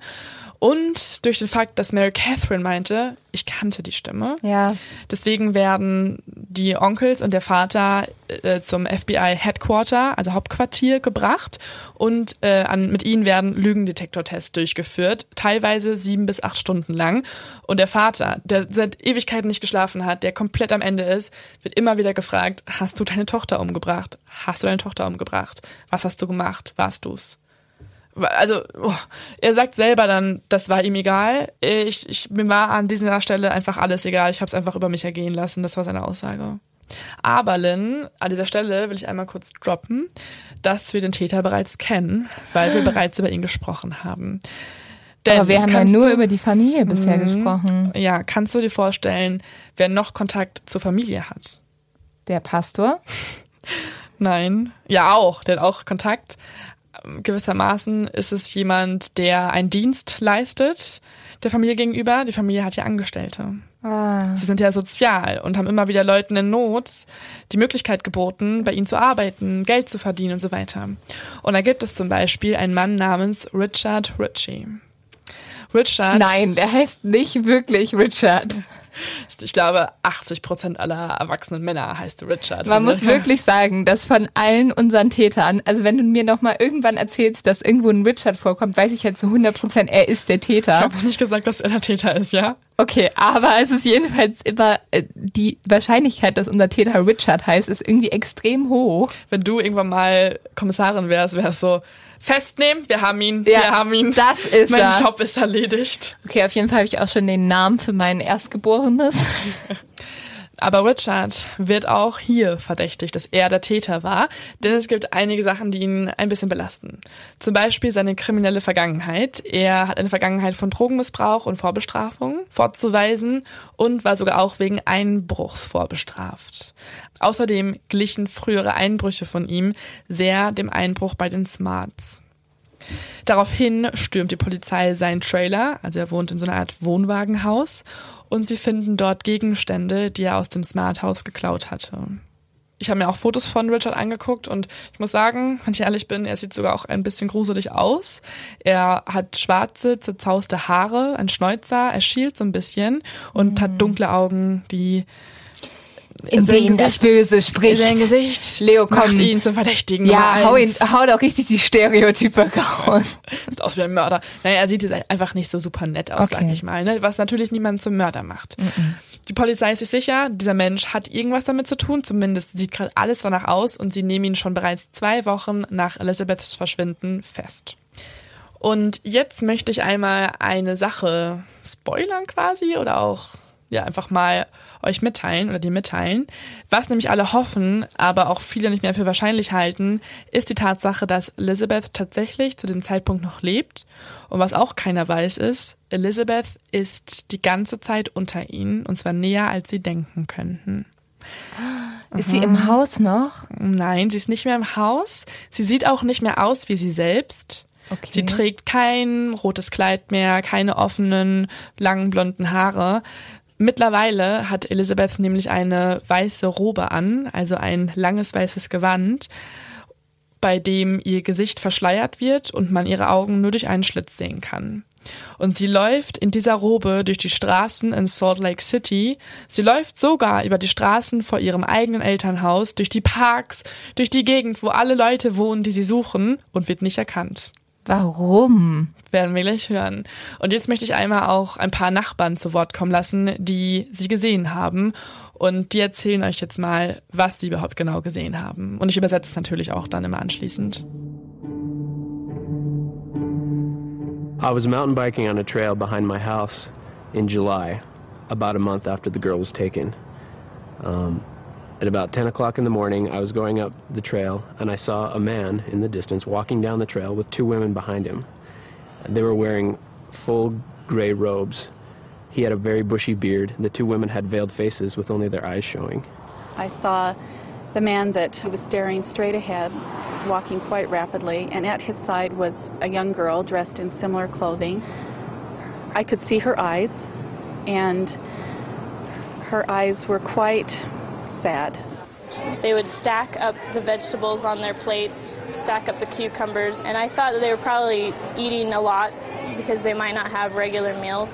Und durch den Fakt, dass Mary Catherine meinte, ich kannte die Stimme. Ja. Deswegen werden die Onkels und der Vater zum FBI Headquarter, also Hauptquartier, gebracht und mit ihnen werden Lügendetektortests durchgeführt, teilweise 7 bis 8 Stunden lang. Und der Vater, der seit Ewigkeiten nicht geschlafen hat, der komplett am Ende ist, wird immer wieder gefragt, hast du deine Tochter umgebracht? Hast du deine Tochter umgebracht? Was hast du gemacht? Warst du's? Also, er sagt selber dann, das war ihm egal. Mir war an dieser Stelle einfach alles egal. Ich habe es einfach über mich ergehen lassen. Das war seine Aussage. Aber Lynn, an dieser Stelle will ich einmal kurz droppen, dass wir den Täter bereits kennen, weil wir bereits über ihn gesprochen haben. Denn aber wir haben ja nur über die Familie bisher gesprochen. Ja, kannst du dir vorstellen, wer noch Kontakt zur Familie hat? Der Pastor? Nein. Ja, auch. Der hat auch Kontakt. Gewissermaßen ist es jemand, der einen Dienst leistet der Familie gegenüber. Die Familie hat ja Angestellte. Sie sind ja sozial und haben immer wieder Leuten in Not die Möglichkeit geboten, bei ihnen zu arbeiten, Geld zu verdienen und so weiter. Und da gibt es zum Beispiel einen Mann namens Richard Ritchie. Richard. Nein, der heißt nicht wirklich Richard. Ich glaube, 80% aller erwachsenen Männer heißt Richard. Man muss wirklich sagen, dass von allen unseren Tätern, also wenn du mir noch mal irgendwann erzählst, dass irgendwo ein Richard vorkommt, weiß ich halt zu 100%, er ist der Täter. Ich habe nicht gesagt, dass er der Täter ist, ja? Okay, aber es ist jedenfalls immer, die Wahrscheinlichkeit, dass unser Täter Richard heißt, ist irgendwie extrem hoch. Wenn du irgendwann mal Kommissarin wärst, wär's so, festnehmen. Wir haben ihn. Das ist mein er. Job ist erledigt. Okay, auf jeden Fall habe ich auch schon den Namen für mein Erstgeborenes. Aber Richard wird auch hier verdächtigt, dass er der Täter war, denn es gibt einige Sachen, die ihn ein bisschen belasten. Zum Beispiel seine kriminelle Vergangenheit. Er hat eine Vergangenheit von Drogenmissbrauch und Vorbestrafung vorzuweisen und war sogar auch wegen Einbruchs vorbestraft. Außerdem glichen frühere Einbrüche von ihm sehr dem Einbruch bei den Smarts. Daraufhin stürmt die Polizei seinen Trailer, also er wohnt in so einer Art Wohnwagenhaus, und sie finden dort Gegenstände, die er aus dem Smart House geklaut hatte. Ich habe mir auch Fotos von Richard angeguckt und ich muss sagen, wenn ich ehrlich bin, er sieht sogar auch ein bisschen gruselig aus. Er hat schwarze, zerzauste Haare, ein Schnäuzer, er schielt so ein bisschen und hat dunkle Augen, die in denen das Böse spricht. Sein Gesicht Leo, komm. macht ihn zum Verdächtigen. Ja, hau doch richtig die Stereotype raus. Sieht aus wie ein Mörder. Naja, er sieht jetzt einfach nicht so super nett aus, sag ich mal, ne? Was natürlich niemanden zum Mörder macht. Die Polizei ist sich sicher, dieser Mensch hat irgendwas damit zu tun, zumindest sieht gerade alles danach aus und sie nehmen ihn schon bereits 2 Wochen nach Elizabeths Verschwinden fest. Und jetzt möchte ich einmal eine Sache spoilern quasi oder auch einfach mal euch mitteilen oder dir mitteilen. Was nämlich alle hoffen, aber auch viele nicht mehr für wahrscheinlich halten, ist die Tatsache, dass Elizabeth tatsächlich zu dem Zeitpunkt noch lebt. Und was auch keiner weiß ist, Elizabeth ist die ganze Zeit unter ihnen und zwar näher, als sie denken könnten. Ist sie im Haus noch? Nein, sie ist nicht mehr im Haus. Sie sieht auch nicht mehr aus wie sie selbst. Okay. Sie trägt kein rotes Kleid mehr, keine offenen, langen, blonden Haare. Mittlerweile hat Elizabeth nämlich eine weiße Robe an, also ein langes weißes Gewand, bei dem ihr Gesicht verschleiert wird und man ihre Augen nur durch einen Schlitz sehen kann. Und sie läuft in dieser Robe durch die Straßen in Salt Lake City. Sie läuft sogar über die Straßen vor ihrem eigenen Elternhaus, durch die Parks, durch die Gegend, wo alle Leute wohnen, die sie suchen, und wird nicht erkannt. Warum? Werden wir gleich hören. Und jetzt möchte ich einmal auch ein paar Nachbarn zu Wort kommen lassen, die sie gesehen haben. Und die erzählen euch jetzt mal, was sie überhaupt genau gesehen haben. Und ich übersetze es natürlich auch dann immer anschließend. I was mountain biking on a trail behind my house in July, about a month after the girl was taken. At about 10 o'clock in the morning, I was going up the trail, and I saw a man in the distance walking down the trail with 2 women behind him. They were wearing full gray robes. He had a very bushy beard. The 2 women had veiled faces with only their eyes showing. I saw the man that was staring straight ahead, walking quite rapidly, and at his side was a young girl dressed in similar clothing. I could see her eyes, and her eyes were quite sad. They would stack up the vegetables on their plates, stack up the cucumbers, and I thought that they were probably eating a lot because they might not have regular meals.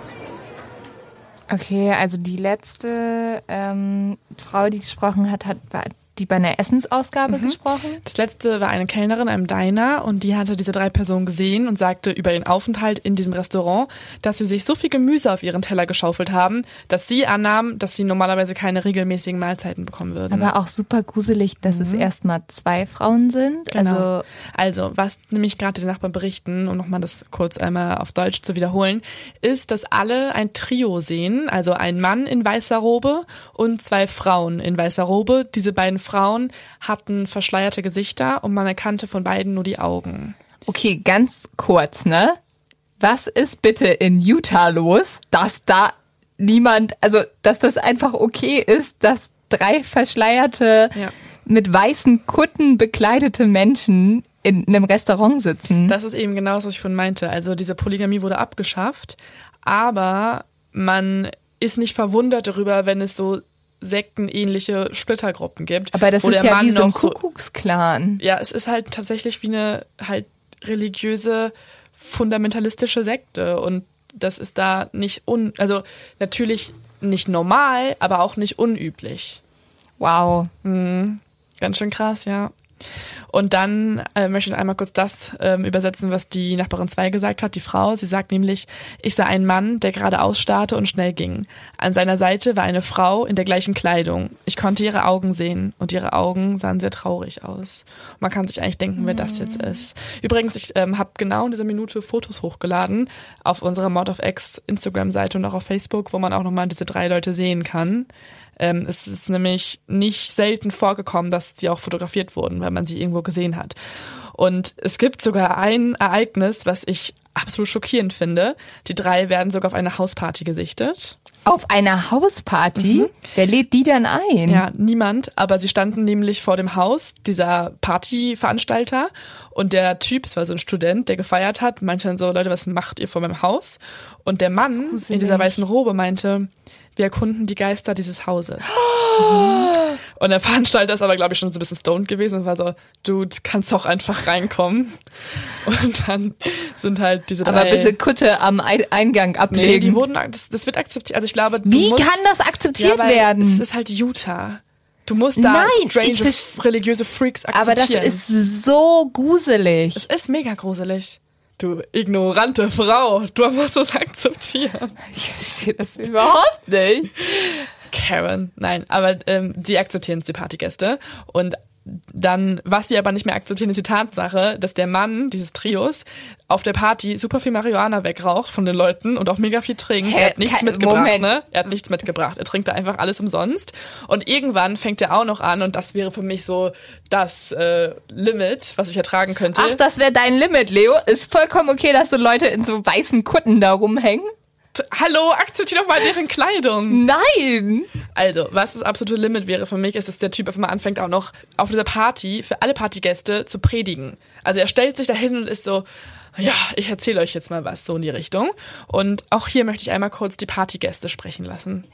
Okay, also die letzte Frau, die gesprochen hat, war die bei einer Essensausgabe gesprochen? Das letzte war eine Kellnerin in einem Diner und die hatte diese 3 Personen gesehen und sagte über ihren Aufenthalt in diesem Restaurant, dass sie sich so viel Gemüse auf ihren Teller geschaufelt haben, dass sie annahmen, dass sie normalerweise keine regelmäßigen Mahlzeiten bekommen würden. Aber auch super gruselig, dass es erstmal 2 Frauen sind. Genau. Also was nämlich gerade diese Nachbarn berichten, um nochmal das kurz einmal auf Deutsch zu wiederholen, ist, dass alle ein Trio sehen, also ein Mann in weißer Robe und 2 Frauen in weißer Robe. Diese beiden Frauen hatten verschleierte Gesichter und man erkannte von beiden nur die Augen. Okay, ganz kurz, ne? Was ist bitte in Utah los, dass da niemand, also dass das einfach okay ist, dass 3 verschleierte, mit weißen Kutten bekleidete Menschen in einem Restaurant sitzen? Das ist eben genau das, was ich vorhin meinte. Also diese Polygamie wurde abgeschafft, aber man ist nicht verwundert darüber, wenn es so sektenähnliche Splittergruppen gibt. Aber das ist ja wie so ein Kuckucksklan. Ja, es ist halt tatsächlich wie eine halt religiöse, fundamentalistische Sekte und das ist da nicht also natürlich nicht normal, aber auch nicht unüblich. Wow. Ganz schön krass, ja. Und dann möchte ich einmal kurz das übersetzen, was die Nachbarin 2 gesagt hat, die Frau. Sie sagt nämlich, ich sah einen Mann, der gerade ausstarrte und schnell ging. An seiner Seite war eine Frau in der gleichen Kleidung. Ich konnte ihre Augen sehen und ihre Augen sahen sehr traurig aus. Und man kann sich eigentlich denken, wer das jetzt ist. Übrigens, ich habe genau in dieser Minute Fotos hochgeladen auf unserer Mord of X Instagram-Seite und auch auf Facebook, wo man auch nochmal diese 3 Leute sehen kann. Es ist nämlich nicht selten vorgekommen, dass sie auch fotografiert wurden, weil man sie irgendwo gesehen hat. Und es gibt sogar ein Ereignis, was ich absolut schockierend finde. Die 3 werden sogar auf einer Hausparty gesichtet. Auf einer Hausparty? Wer lädt die denn ein? Ja, niemand, aber sie standen nämlich vor dem Haus dieser Partyveranstalter und der Typ, es war so ein Student, der gefeiert hat, meinte dann so, Leute, was macht ihr vor meinem Haus? Und der Mann in dieser weißen Robe meinte, wir erkunden die Geister dieses Hauses. Und der Veranstalter ist aber, glaube ich, schon so ein bisschen stoned gewesen und war so, Dude, kannst auch einfach reinkommen. Und dann sind halt diese 3... Aber bitte Kutte am Eingang ablegen. Nee, die wurden, das wird akzeptiert. Also ich glaube, wie kann das akzeptiert werden? Es ist halt Utah. Du musst da strange religiöse Freaks akzeptieren. Aber das ist so gruselig. Es ist mega gruselig. Du ignorante Frau, du musst es akzeptieren. Ich verstehe das überhaupt nicht. Karen, nein, aber sie akzeptieren die Partygäste und dann, was sie aber nicht mehr akzeptieren, ist die Tatsache, dass der Mann dieses Trios auf der Party super viel Marihuana wegraucht von den Leuten und auch mega viel trinkt. Er hat nichts mitgebracht, ne? Er hat nichts mitgebracht. Er trinkt da einfach alles umsonst. Und irgendwann fängt er auch noch an und das wäre für mich so das Limit, was ich ertragen könnte. Ach, das wäre dein Limit, Leo. Ist vollkommen okay, dass so Leute in so weißen Kutten da rumhängen. Hallo, akzeptier doch mal deren Kleidung. Nein! Also, was das absolute Limit wäre für mich, ist, dass der Typ auf einmal anfängt, auch noch auf dieser Party für alle Partygäste zu predigen. Also er stellt sich da hin und ist so, ja, ich erzähle euch jetzt mal was, so in die Richtung. Und auch hier möchte ich einmal kurz die Partygäste sprechen lassen.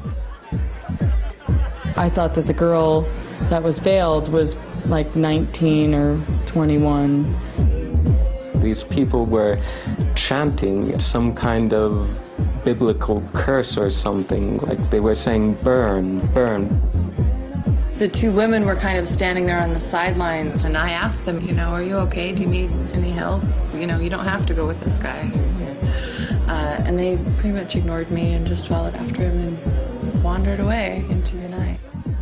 I thought that the girl that was veiled was like 19 or 21. These people were chanting some kind of biblical curse or something, like they were saying burn, burn. The 2 women were kind of standing there on the sidelines, and I asked them, you know, are you okay? Do you need any help? You know, you don't have to go with this guy. And they pretty much ignored me and just followed after him and wandered away into the night.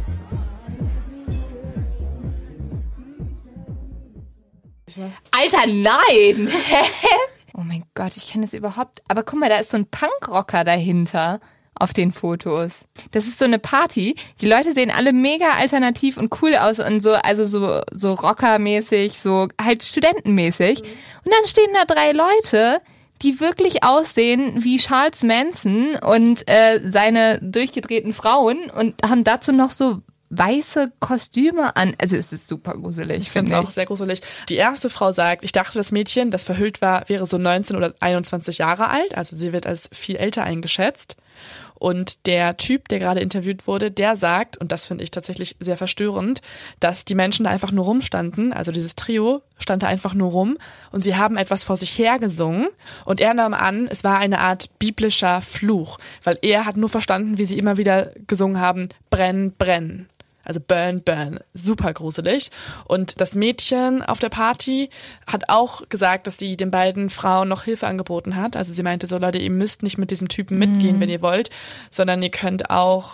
Alter, nein! Oh mein Gott, ich kenne das überhaupt. Aber guck mal, da ist so ein Punkrocker dahinter auf den Fotos. Das ist so eine Party. Die Leute sehen alle mega alternativ und cool aus und so, also so rockermäßig, so halt studentenmäßig. Und dann stehen da 3 Leute, die wirklich aussehen wie Charles Manson und seine durchgedrehten Frauen und haben dazu noch so weiße Kostüme an. Also es ist super gruselig. Ich finde es auch sehr gruselig. Die erste Frau sagt, ich dachte, das Mädchen, das verhüllt war, wäre so 19 oder 21 Jahre alt. Also sie wird als viel älter eingeschätzt. Und der Typ, der gerade interviewt wurde, der sagt, und das finde ich tatsächlich sehr verstörend, dass die Menschen da einfach nur rumstanden, also dieses Trio stand da einfach nur rum und sie haben etwas vor sich hergesungen und er nahm an, es war eine Art biblischer Fluch, weil er hat nur verstanden, wie sie immer wieder gesungen haben, brenn, brenn. Also burn, burn. Super gruselig. Und das Mädchen auf der Party hat auch gesagt, dass sie den beiden Frauen noch Hilfe angeboten hat. Also sie meinte so, Leute, ihr müsst nicht mit diesem Typen mitgehen, wenn ihr wollt, sondern ihr könnt auch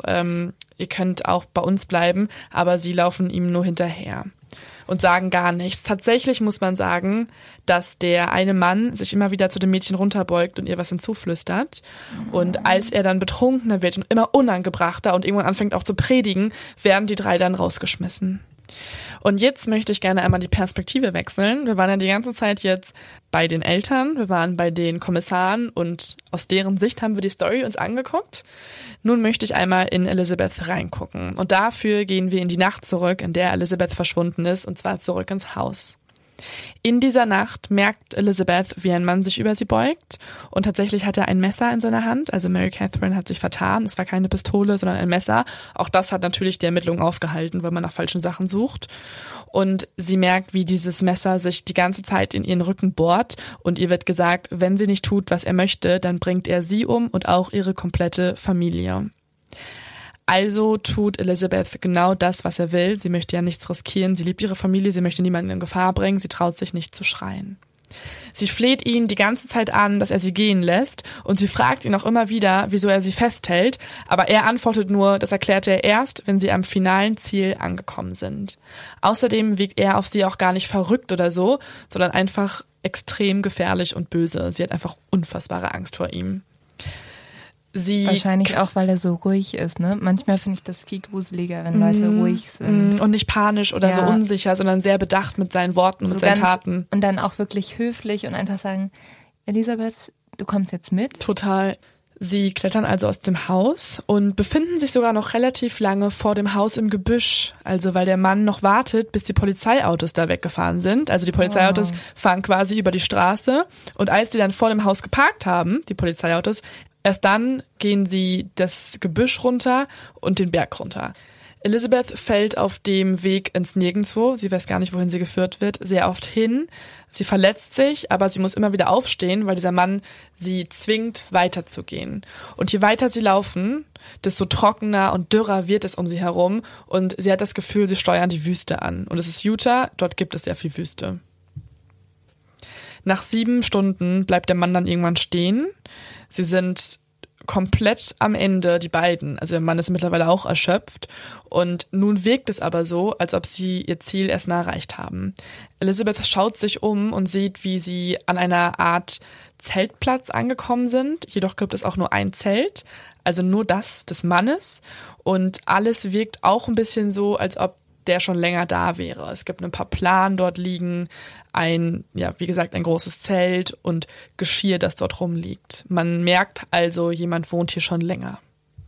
bei uns bleiben, aber sie laufen ihm nur hinterher und sagen gar nichts. Tatsächlich muss man sagen, dass der eine Mann sich immer wieder zu dem Mädchen runterbeugt und ihr was hinzuflüstert. Und als er dann betrunkener wird und immer unangebrachter und irgendwann anfängt auch zu predigen, werden die 3 dann rausgeschmissen. Und jetzt möchte ich gerne einmal die Perspektive wechseln. Wir waren ja die ganze Zeit jetzt bei den Eltern, wir waren bei den Kommissaren und aus deren Sicht haben wir die Story uns angeguckt. Nun möchte ich einmal in Elizabeth reingucken. Und dafür gehen wir in die Nacht zurück, in der Elizabeth verschwunden ist, und zwar zurück ins Haus. In dieser Nacht merkt Elizabeth, wie ein Mann sich über sie beugt und tatsächlich hat er ein Messer in seiner Hand. Also Mary Catherine hat sich vertan. Es war keine Pistole, sondern ein Messer. Auch das hat natürlich die Ermittlungen aufgehalten, weil man nach falschen Sachen sucht. Und sie merkt, wie dieses Messer sich die ganze Zeit in ihren Rücken bohrt und ihr wird gesagt, wenn sie nicht tut, was er möchte, dann bringt er sie um und auch ihre komplette Familie. Also tut Elizabeth genau das, was er will. Sie möchte ja nichts riskieren. Sie liebt ihre Familie, sie möchte niemanden in Gefahr bringen. Sie traut sich nicht zu schreien. Sie fleht ihn die ganze Zeit an, dass er sie gehen lässt, und sie fragt ihn auch immer wieder, wieso er sie festhält, aber er antwortet nur, das erklärte er erst, wenn sie am finalen Ziel angekommen sind. Außerdem wirkt er auf sie auch gar nicht verrückt oder so, sondern einfach extrem gefährlich und böse. Sie hat einfach unfassbare Angst vor ihm. Wahrscheinlich auch, weil er so ruhig ist, ne? Manchmal finde ich das viel gruseliger, wenn Leute ruhig sind. Und nicht panisch oder so unsicher, sondern sehr bedacht mit seinen Worten, mit seinen Taten. Und dann auch wirklich höflich und einfach sagen, Elisabeth, du kommst jetzt mit. Total. Sie klettern also aus dem Haus und befinden sich sogar noch relativ lange vor dem Haus im Gebüsch. Also weil der Mann noch wartet, bis die Polizeiautos da weggefahren sind. Also die Polizeiautos fahren quasi über die Straße. Und als sie dann vor dem Haus geparkt haben, die Polizeiautos, erst dann gehen sie das Gebüsch runter und den Berg runter. Elizabeth fällt auf dem Weg ins Nirgendwo, sie weiß gar nicht, wohin sie geführt wird, sehr oft hin. Sie verletzt sich, aber sie muss immer wieder aufstehen, weil dieser Mann sie zwingt, weiterzugehen. Und je weiter sie laufen, desto trockener und dürrer wird es um sie herum, und sie hat das Gefühl, sie steuern die Wüste an. Und es ist Utah, dort gibt es sehr viel Wüste. Nach 7 Stunden bleibt der Mann dann irgendwann stehen. Sie sind komplett am Ende, die beiden. Also der Mann ist mittlerweile auch erschöpft. Und nun wirkt es aber so, als ob sie ihr Ziel erstmal erreicht haben. Elizabeth schaut sich um und sieht, wie sie an einer Art Zeltplatz angekommen sind. Jedoch gibt es auch nur ein Zelt, also nur das des Mannes. Und alles wirkt auch ein bisschen so, als ob der schon länger da wäre. Es gibt ein paar Planen dort liegen, wie gesagt, ein großes Zelt und Geschirr, das dort rumliegt. Man merkt also, jemand wohnt hier schon länger.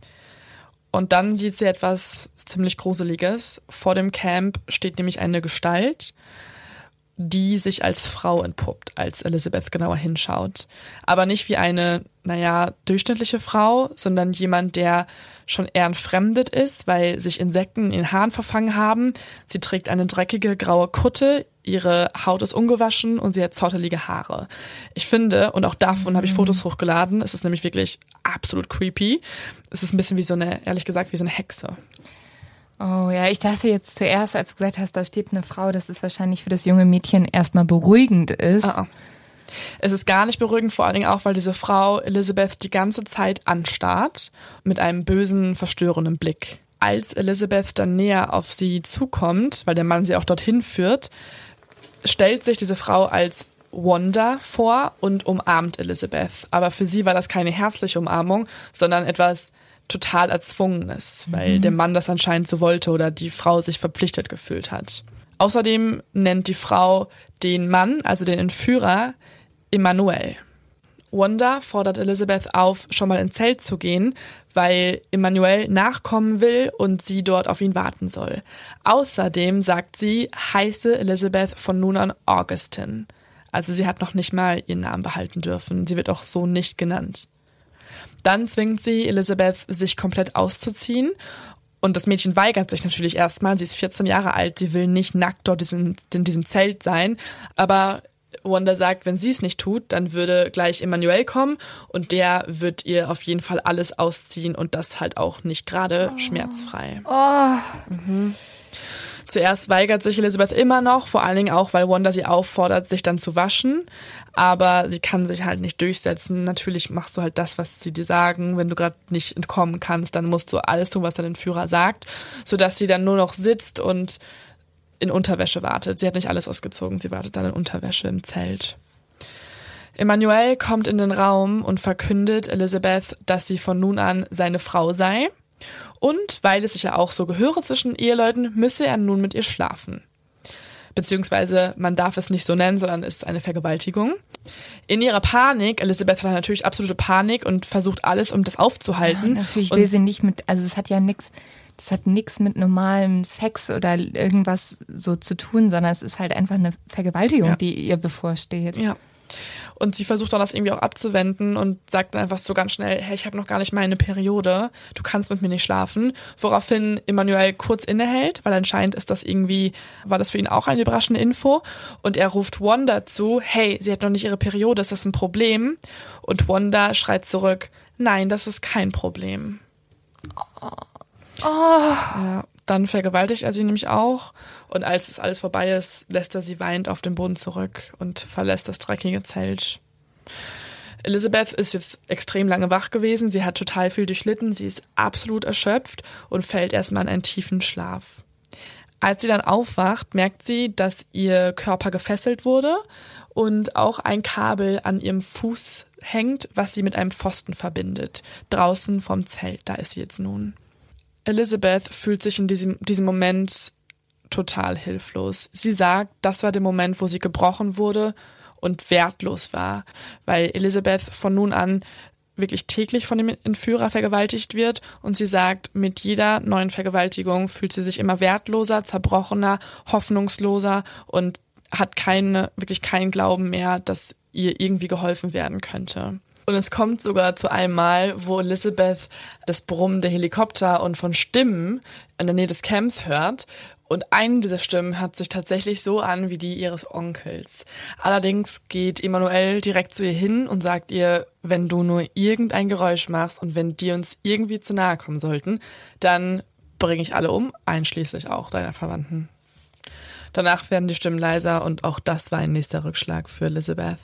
Und dann sieht sie etwas ziemlich Gruseliges. Vor dem Camp steht nämlich eine Gestalt, die sich als Frau entpuppt, als Elizabeth genauer hinschaut. Aber nicht wie eine, durchschnittliche Frau, sondern jemand, der schon eher entfremdet ist, weil sich Insekten in den Haaren verfangen haben. Sie trägt eine dreckige graue Kutte, ihre Haut ist ungewaschen und sie hat zottelige Haare. Ich finde, und auch davon habe ich Fotos hochgeladen, es ist nämlich wirklich absolut creepy. Es ist ein bisschen ehrlich gesagt, wie so eine Hexe. Oh ja, ich dachte jetzt zuerst, als du gesagt hast, da steht eine Frau, dass es wahrscheinlich für das junge Mädchen erstmal beruhigend ist. Es ist gar nicht beruhigend, vor allen Dingen auch, weil diese Frau Elizabeth die ganze Zeit anstarrt mit einem bösen, verstörenden Blick. Als Elizabeth dann näher auf sie zukommt, weil der Mann sie auch dorthin führt, stellt sich diese Frau als Wanda vor und umarmt Elizabeth. Aber für sie war das keine herzliche Umarmung, sondern etwas total Erzwungenes, weil der Mann das anscheinend so wollte oder die Frau sich verpflichtet gefühlt hat. Außerdem nennt die Frau den Mann, also den Entführer, Emmanuel. Wanda fordert Elizabeth auf, schon mal ins Zelt zu gehen, weil Emmanuel nachkommen will und sie dort auf ihn warten soll. Außerdem sagt sie, heiße Elizabeth von nun an Augustin. Also sie hat noch nicht mal ihren Namen behalten dürfen. Sie wird auch so nicht genannt. Dann zwingt sie Elizabeth, sich komplett auszuziehen. Und das Mädchen weigert sich natürlich erstmal. Sie ist 14 Jahre alt. Sie will nicht nackt dort in diesem Zelt sein. Aber Wanda sagt, wenn sie es nicht tut, dann würde gleich Emmanuel kommen und der wird ihr auf jeden Fall alles ausziehen und das halt auch nicht gerade schmerzfrei. Zuerst weigert sich Elizabeth immer noch, vor allen Dingen auch, weil Wanda sie auffordert, sich dann zu waschen. Aber sie kann sich halt nicht durchsetzen. Natürlich machst du halt das, was sie dir sagen. Wenn du gerade nicht entkommen kannst, dann musst du alles tun, was dein Entführer sagt, sodass sie dann nur noch sitzt und in Unterwäsche wartet. Sie hat nicht alles ausgezogen, sie wartet dann in Unterwäsche im Zelt. Emmanuel kommt in den Raum und verkündet Elizabeth, dass sie von nun an seine Frau sei. Und weil es sich ja auch so gehöre zwischen Eheleuten, müsse er nun mit ihr schlafen. Beziehungsweise man darf es nicht so nennen, sondern es ist eine Vergewaltigung. In ihrer Panik, Elizabeth hat natürlich absolute Panik und versucht alles, um das aufzuhalten. Ja, natürlich will sie nicht es hat ja nichts. Das hat nichts mit normalem Sex oder irgendwas so zu tun, sondern es ist halt einfach eine Vergewaltigung, die ihr bevorsteht. Ja. Und sie versucht dann das irgendwie auch abzuwenden und sagt dann einfach so ganz schnell, hey, ich habe noch gar nicht meine Periode, du kannst mit mir nicht schlafen. Woraufhin Emmanuel kurz innehält, weil anscheinend war das für ihn auch eine überraschende Info. Und er ruft Wanda zu, hey, sie hat noch nicht ihre Periode, ist das ein Problem? Und Wanda schreit zurück, nein, das ist kein Problem. Ja, dann vergewaltigt er sie nämlich auch und als es alles vorbei ist, lässt er sie weinend auf den Boden zurück und verlässt das dreckige Zelt. Elizabeth ist jetzt extrem lange wach gewesen, sie hat total viel durchlitten, sie ist absolut erschöpft und fällt erstmal in einen tiefen Schlaf. Als sie dann aufwacht, merkt sie, dass ihr Körper gefesselt wurde und auch ein Kabel an ihrem Fuß hängt, was sie mit einem Pfosten verbindet. Draußen vom Zelt, da ist sie jetzt nun. Elizabeth fühlt sich in diesem Moment total hilflos. Sie sagt, das war der Moment, wo sie gebrochen wurde und wertlos war, weil Elizabeth von nun an wirklich täglich von dem Entführer vergewaltigt wird und sie sagt, mit jeder neuen Vergewaltigung fühlt sie sich immer wertloser, zerbrochener, hoffnungsloser und hat wirklich keinen Glauben mehr, dass ihr irgendwie geholfen werden könnte. Und es kommt sogar zu einem Mal, wo Elizabeth das Brummen der Helikopter und von Stimmen in der Nähe des Camps hört. Und eine dieser Stimmen hört sich tatsächlich so an wie die ihres Onkels. Allerdings geht Emanuel direkt zu ihr hin und sagt ihr, wenn du nur irgendein Geräusch machst und wenn die uns irgendwie zu nahe kommen sollten, dann bringe ich alle um, einschließlich auch deiner Verwandten. Danach werden die Stimmen leiser und auch das war ein nächster Rückschlag für Elizabeth.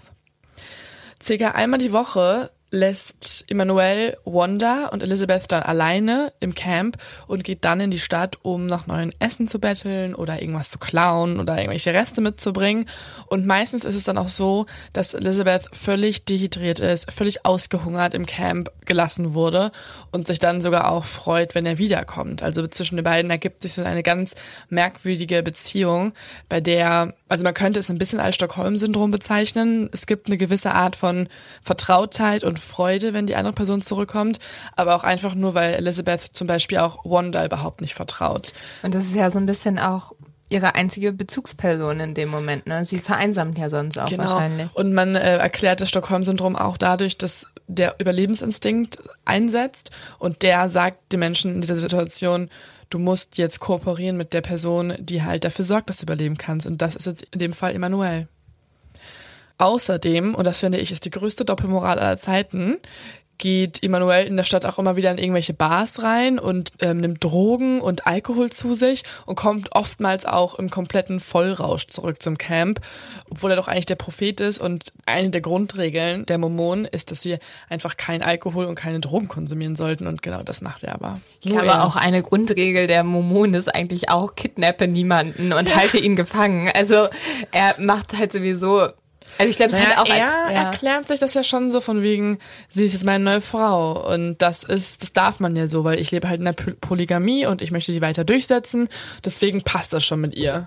Circa einmal die Woche lässt Emanuel Wanda und Elizabeth dann alleine im Camp und geht dann in die Stadt, um nach neuem Essen zu betteln oder irgendwas zu klauen oder irgendwelche Reste mitzubringen. Und meistens ist es dann auch so, dass Elizabeth völlig dehydriert ist, völlig ausgehungert im Camp gelassen wurde und sich dann sogar auch freut, wenn er wiederkommt. Also zwischen den beiden ergibt sich so eine ganz merkwürdige Beziehung, bei der, also man könnte es ein bisschen als Stockholm-Syndrom bezeichnen. Es gibt eine gewisse Art von Vertrautheit und Freude, wenn die andere Person zurückkommt, aber auch einfach nur, weil Elizabeth zum Beispiel auch Wanda überhaupt nicht vertraut. Und das ist ja so ein bisschen auch ihre einzige Bezugsperson in dem Moment, ne? Sie vereinsamt ja sonst auch wahrscheinlich. Und man erklärt das Stockholm-Syndrom auch dadurch, dass der Überlebensinstinkt einsetzt und der sagt den Menschen in dieser Situation, du musst jetzt kooperieren mit der Person, die halt dafür sorgt, dass du überleben kannst. Und das ist jetzt in dem Fall Emanuel. Außerdem, und das finde ich ist die größte Doppelmoral aller Zeiten, geht Emanuel in der Stadt auch immer wieder in irgendwelche Bars rein und nimmt Drogen und Alkohol zu sich und kommt oftmals auch im kompletten Vollrausch zurück zum Camp, obwohl er doch eigentlich der Prophet ist und eine der Grundregeln der Mormonen ist, dass sie einfach kein Alkohol und keine Drogen konsumieren sollten und genau das macht er aber. Ja, aber auch eine Grundregel der Mormonen ist eigentlich auch, kidnappe niemanden und halte ihn gefangen. Also er macht halt sowieso... Also ich glaube, er erklärt sich das ja schon so von wegen, sie ist jetzt meine neue Frau und das darf man ja so, weil ich lebe halt in der Polygamie und ich möchte die weiter durchsetzen, deswegen passt das schon mit ihr.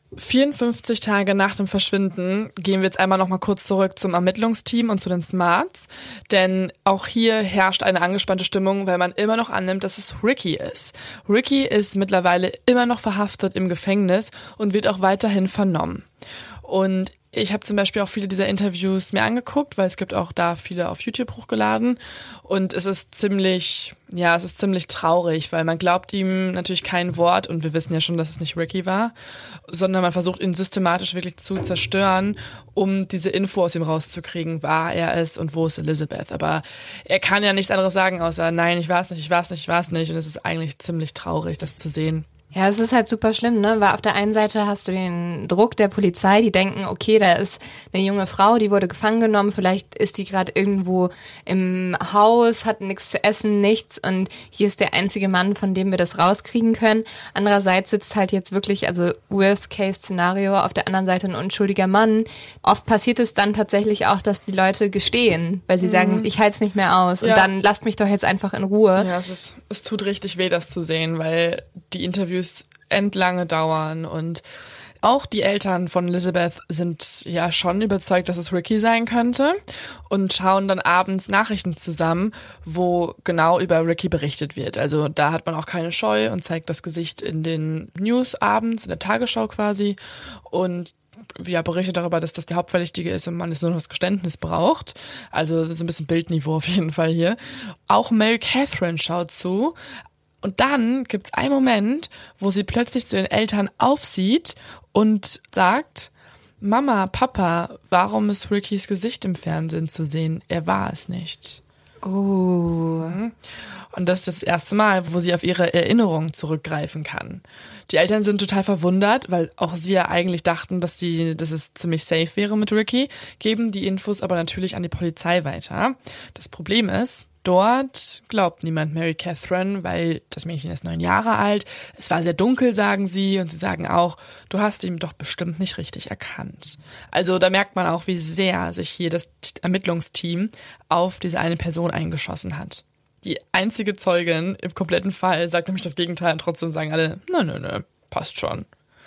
54 Tage nach dem Verschwinden gehen wir jetzt einmal noch mal kurz zurück zum Ermittlungsteam und zu den Smarts, denn auch hier herrscht eine angespannte Stimmung, weil man immer noch annimmt, dass es Ricky ist. Ricky ist mittlerweile immer noch verhaftet im Gefängnis und wird auch weiterhin vernommen. Und ich habe zum Beispiel auch viele dieser Interviews mir angeguckt, weil es gibt auch da viele auf YouTube hochgeladen und es ist ziemlich traurig, weil man glaubt ihm natürlich kein Wort und wir wissen ja schon, dass es nicht Ricky war, sondern man versucht ihn systematisch wirklich zu zerstören, um diese Info aus ihm rauszukriegen, war er es und wo ist Elizabeth. Aber er kann ja nichts anderes sagen, außer nein, ich war es nicht und es ist eigentlich ziemlich traurig, das zu sehen. Ja, es ist halt super schlimm, ne? Weil auf der einen Seite hast du den Druck der Polizei, die denken, okay, da ist eine junge Frau, die wurde gefangen genommen, vielleicht ist die gerade irgendwo im Haus, hat nichts zu essen, nichts und hier ist der einzige Mann, von dem wir das rauskriegen können. Andererseits sitzt halt jetzt wirklich, also Worst-Case-Szenario, auf der anderen Seite ein unschuldiger Mann. Oft passiert es dann tatsächlich auch, dass die Leute gestehen, weil sie sagen, ich halte es nicht mehr aus und dann lasst mich doch jetzt einfach in Ruhe. Ja, es tut richtig weh, das zu sehen, weil die Interviews endlange dauern und auch die Eltern von Elizabeth sind ja schon überzeugt, dass es Ricky sein könnte und schauen dann abends Nachrichten zusammen, wo genau über Ricky berichtet wird. Also da hat man auch keine Scheu und zeigt das Gesicht in den News abends, in der Tagesschau quasi und berichtet darüber, dass das der Hauptverdächtige ist und man jetzt nur noch das Geständnis braucht. Also so ein bisschen Bildniveau auf jeden Fall hier. Auch Mel Catherine schaut zu. Und dann gibt's einen Moment, wo sie plötzlich zu ihren Eltern aufsieht und sagt, Mama, Papa, warum ist Rickys Gesicht im Fernsehen zu sehen? Er war es nicht. Oh. Und das ist das erste Mal, wo sie auf ihre Erinnerungen zurückgreifen kann. Die Eltern sind total verwundert, weil auch sie ja eigentlich dachten, dass es ziemlich safe wäre mit Ricky, geben die Infos aber natürlich an die Polizei weiter. Das Problem ist, dort glaubt niemand Mary Catherine, weil das Mädchen ist 9 Jahre alt. Es war sehr dunkel, sagen sie. Und sie sagen auch, du hast ihn doch bestimmt nicht richtig erkannt. Also da merkt man auch, wie sehr sich hier das Ermittlungsteam auf diese eine Person eingeschossen hat. Die einzige Zeugin im kompletten Fall sagt nämlich das Gegenteil und trotzdem sagen alle, nö, passt schon.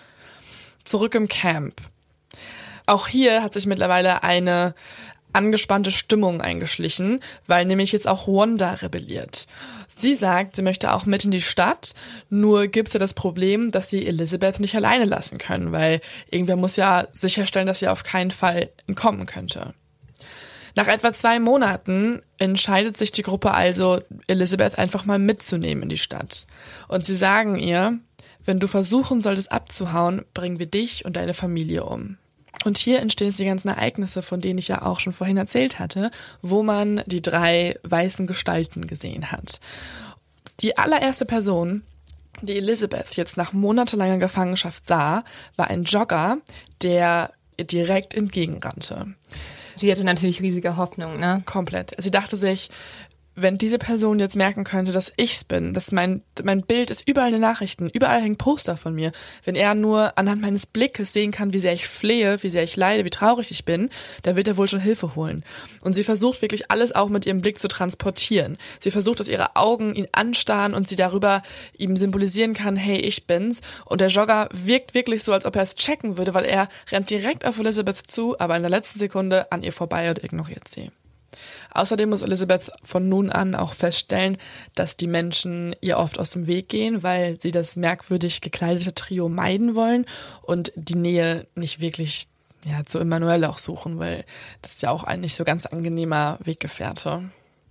Zurück im Camp. Auch hier hat sich mittlerweile eine angespannte Stimmung eingeschlichen, weil nämlich jetzt auch Wanda rebelliert. Sie sagt, sie möchte auch mit in die Stadt, nur gibt es ja das Problem, dass sie Elizabeth nicht alleine lassen können, weil irgendwer muss ja sicherstellen, dass sie auf keinen Fall entkommen könnte. Nach etwa 2 Monaten entscheidet sich die Gruppe also, Elizabeth einfach mal mitzunehmen in die Stadt. Und sie sagen ihr, wenn du versuchen solltest abzuhauen, bringen wir dich und deine Familie um. Und hier entstehen die ganzen Ereignisse, von denen ich ja auch schon vorhin erzählt hatte, wo man die 3 weißen Gestalten gesehen hat. Die allererste Person, die Elizabeth jetzt nach monatelanger Gefangenschaft sah, war ein Jogger, der direkt entgegenrannte. Sie hatte natürlich riesige Hoffnung, ne? Komplett. Sie dachte sich, wenn diese Person jetzt merken könnte, dass ich's bin, dass mein Bild ist überall in den Nachrichten, überall hängen Poster von mir, wenn er nur anhand meines Blickes sehen kann, wie sehr ich flehe, wie sehr ich leide, wie traurig ich bin, dann wird er wohl schon Hilfe holen. Und sie versucht wirklich alles auch mit ihrem Blick zu transportieren. Sie versucht, dass ihre Augen ihn anstarren und sie darüber ihm symbolisieren kann, hey, ich bin's. Und der Jogger wirkt wirklich so, als ob er es checken würde, weil er rennt direkt auf Elizabeth zu, aber in der letzten Sekunde an ihr vorbei und ignoriert sie. Außerdem muss Elizabeth von nun an auch feststellen, dass die Menschen ihr oft aus dem Weg gehen, weil sie das merkwürdig gekleidete Trio meiden wollen und die Nähe nicht wirklich zu Emmanuel auch suchen, weil das ist ja auch ein nicht so ganz angenehmer Weggefährte.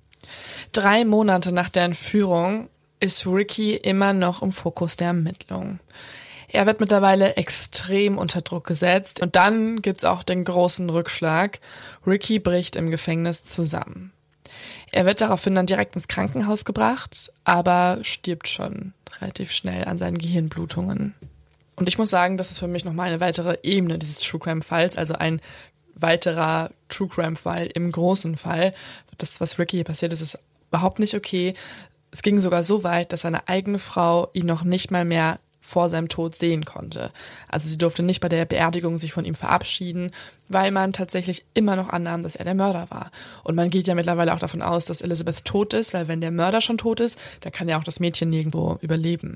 3 Monate nach der Entführung ist Ricky immer noch im Fokus der Ermittlungen. Er wird mittlerweile extrem unter Druck gesetzt und dann gibt's auch den großen Rückschlag. Ricky bricht im Gefängnis zusammen. Er wird daraufhin dann direkt ins Krankenhaus gebracht, aber stirbt schon relativ schnell an seinen Gehirnblutungen. Und ich muss sagen, das ist für mich nochmal eine weitere Ebene dieses True Crime Falls, also ein weiterer True Crime Fall im großen Fall. Das, was Ricky hier passiert ist, ist überhaupt nicht okay. Es ging sogar so weit, dass seine eigene Frau ihn noch nicht mal mehr vor seinem Tod sehen konnte. Also sie durfte nicht bei der Beerdigung sich von ihm verabschieden, weil man tatsächlich immer noch annahm, dass er der Mörder war. Und man geht ja mittlerweile auch davon aus, dass Elizabeth tot ist, weil wenn der Mörder schon tot ist, dann kann ja auch das Mädchen nirgendwo überleben.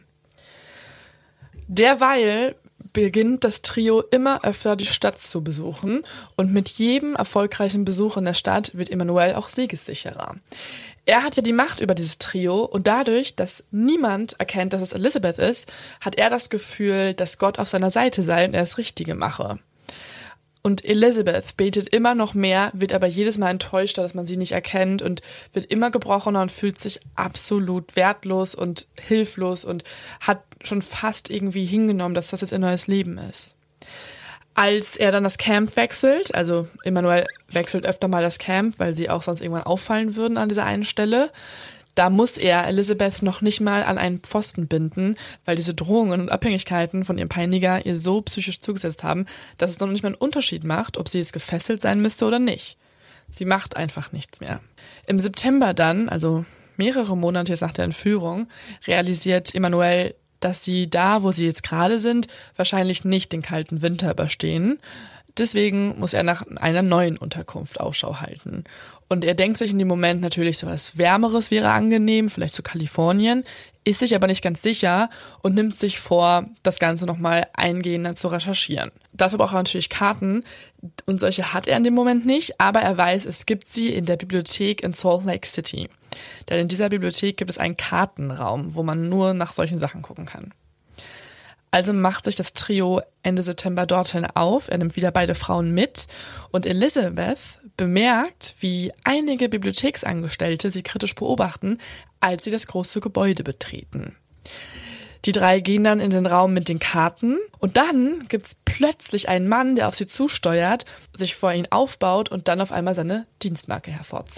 Derweil beginnt das Trio immer öfter die Stadt zu besuchen und mit jedem erfolgreichen Besuch in der Stadt wird Emmanuel auch siegessicherer. Er hat ja die Macht über dieses Trio und dadurch, dass niemand erkennt, dass es Elizabeth ist, hat er das Gefühl, dass Gott auf seiner Seite sei und er das Richtige mache. Und Elizabeth betet immer noch mehr, wird aber jedes Mal enttäuschter, dass man sie nicht erkennt und wird immer gebrochener und fühlt sich absolut wertlos und hilflos und hat schon fast irgendwie hingenommen, dass das jetzt ein neues Leben ist. Als er dann das Camp wechselt, also Emmanuel wechselt öfter mal das Camp, weil sie auch sonst irgendwann auffallen würden an dieser einen Stelle, da muss er Elizabeth noch nicht mal an einen Pfosten binden, weil diese Drohungen und Abhängigkeiten von ihrem Peiniger ihr so psychisch zugesetzt haben, dass es noch nicht mal einen Unterschied macht, ob sie jetzt gefesselt sein müsste oder nicht. Sie macht einfach nichts mehr. Im September dann, also mehrere Monate jetzt nach der Entführung, realisiert Emmanuel, dass sie da, wo sie jetzt gerade sind, wahrscheinlich nicht den kalten Winter überstehen. Deswegen muss er nach einer neuen Unterkunft Ausschau halten. Und er denkt sich in dem Moment natürlich, so was Wärmeres wäre angenehm, vielleicht zu Kalifornien, ist sich aber nicht ganz sicher und nimmt sich vor, das Ganze nochmal eingehender zu recherchieren. Dafür braucht er natürlich Karten und solche hat er in dem Moment nicht, aber er weiß, es gibt sie in der Bibliothek in Salt Lake City. Denn in dieser Bibliothek gibt es einen Kartenraum, wo man nur nach solchen Sachen gucken kann. Also macht sich das Trio Ende September dorthin auf, er nimmt wieder beide Frauen mit und Elizabeth bemerkt, wie einige Bibliotheksangestellte sie kritisch beobachten, als sie das große Gebäude betreten. Die 3 gehen dann in den Raum mit den Karten und dann gibt's plötzlich einen Mann, der auf sie zusteuert, sich vor ihnen aufbaut und dann auf einmal seine Dienstmarke hervorzückt.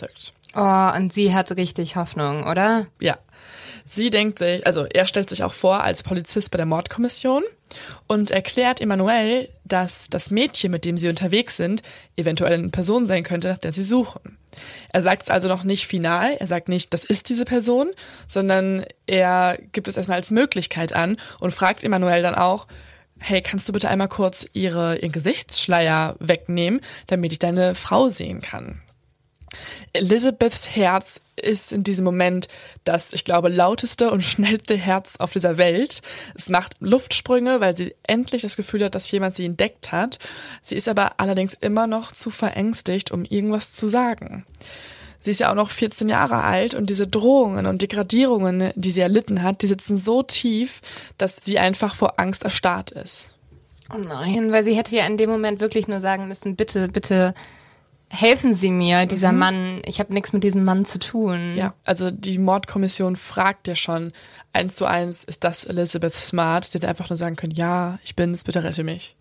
Oh, und sie hat richtig Hoffnung, oder? Ja. Sie denkt sich, also er stellt sich auch vor als Polizist bei der Mordkommission und erklärt Emanuelle, dass das Mädchen, mit dem sie unterwegs sind, eventuell eine Person sein könnte, nach der sie suchen. Er sagt es also noch nicht final, er sagt nicht, das ist diese Person, sondern er gibt es erstmal als Möglichkeit an und fragt Emanuelle dann auch, hey, kannst du bitte einmal kurz ihren Gesichtsschleier wegnehmen, damit ich deine Frau sehen kann? Elizabeths Herz ist in diesem Moment das, ich glaube, lauteste und schnellste Herz auf dieser Welt. Es macht Luftsprünge, weil sie endlich das Gefühl hat, dass jemand sie entdeckt hat. Sie ist aber allerdings immer noch zu verängstigt, um irgendwas zu sagen. Sie ist ja auch noch 14 Jahre alt und diese Drohungen und Degradierungen, die sie erlitten hat, die sitzen so tief, dass sie einfach vor Angst erstarrt ist. Oh nein, weil sie hätte ja in dem Moment wirklich nur sagen müssen, bitte, bitte helfen Sie mir, dieser Mann, ich habe nichts mit diesem Mann zu tun. Ja, also die Mordkommission fragt ja schon 1:1, ist das Elizabeth Smart? Sie hätte einfach nur sagen können, ja, ich bin's, bitte rette mich.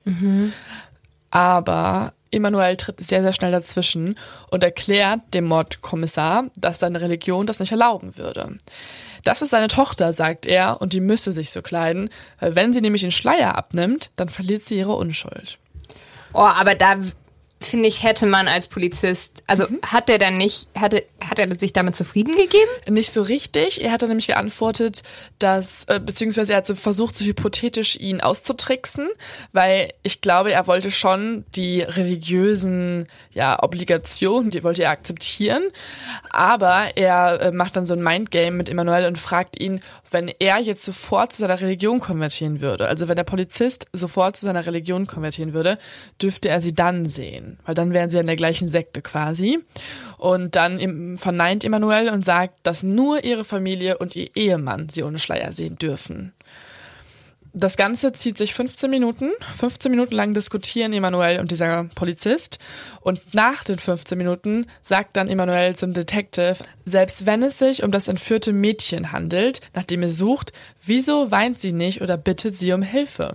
Aber Emanuelle tritt sehr, sehr schnell dazwischen und erklärt dem Mordkommissar, dass seine Religion das nicht erlauben würde. Das ist seine Tochter, sagt er, und die müsse sich so kleiden, weil wenn sie nämlich den Schleier abnimmt, dann verliert sie ihre Unschuld. Oh, aber da finde ich, hätte man als Polizist, also hat er sich damit zufrieden gegeben? Nicht so richtig. Er hat dann nämlich geantwortet, dass, beziehungsweise er hat so versucht, so hypothetisch ihn auszutricksen, weil ich glaube, er wollte schon die religiösen, Obligationen, die wollte er akzeptieren, aber er macht dann so ein Mindgame mit Emanuelle und fragt ihn, wenn er jetzt sofort zu seiner Religion konvertieren würde, also wenn der Polizist sofort zu seiner Religion konvertieren würde, dürfte er sie dann sehen. Weil dann wären sie in der gleichen Sekte quasi. Und dann verneint Emanuelle und sagt, dass nur ihre Familie und ihr Ehemann sie ohne Schleier sehen dürfen. Das Ganze zieht sich 15 Minuten. 15 Minuten lang diskutieren Emanuelle und dieser Polizist. Und nach den 15 Minuten sagt dann Emanuelle zum Detective, selbst wenn es sich um das entführte Mädchen handelt, nach dem er sucht, wieso weint sie nicht oder bittet sie um Hilfe?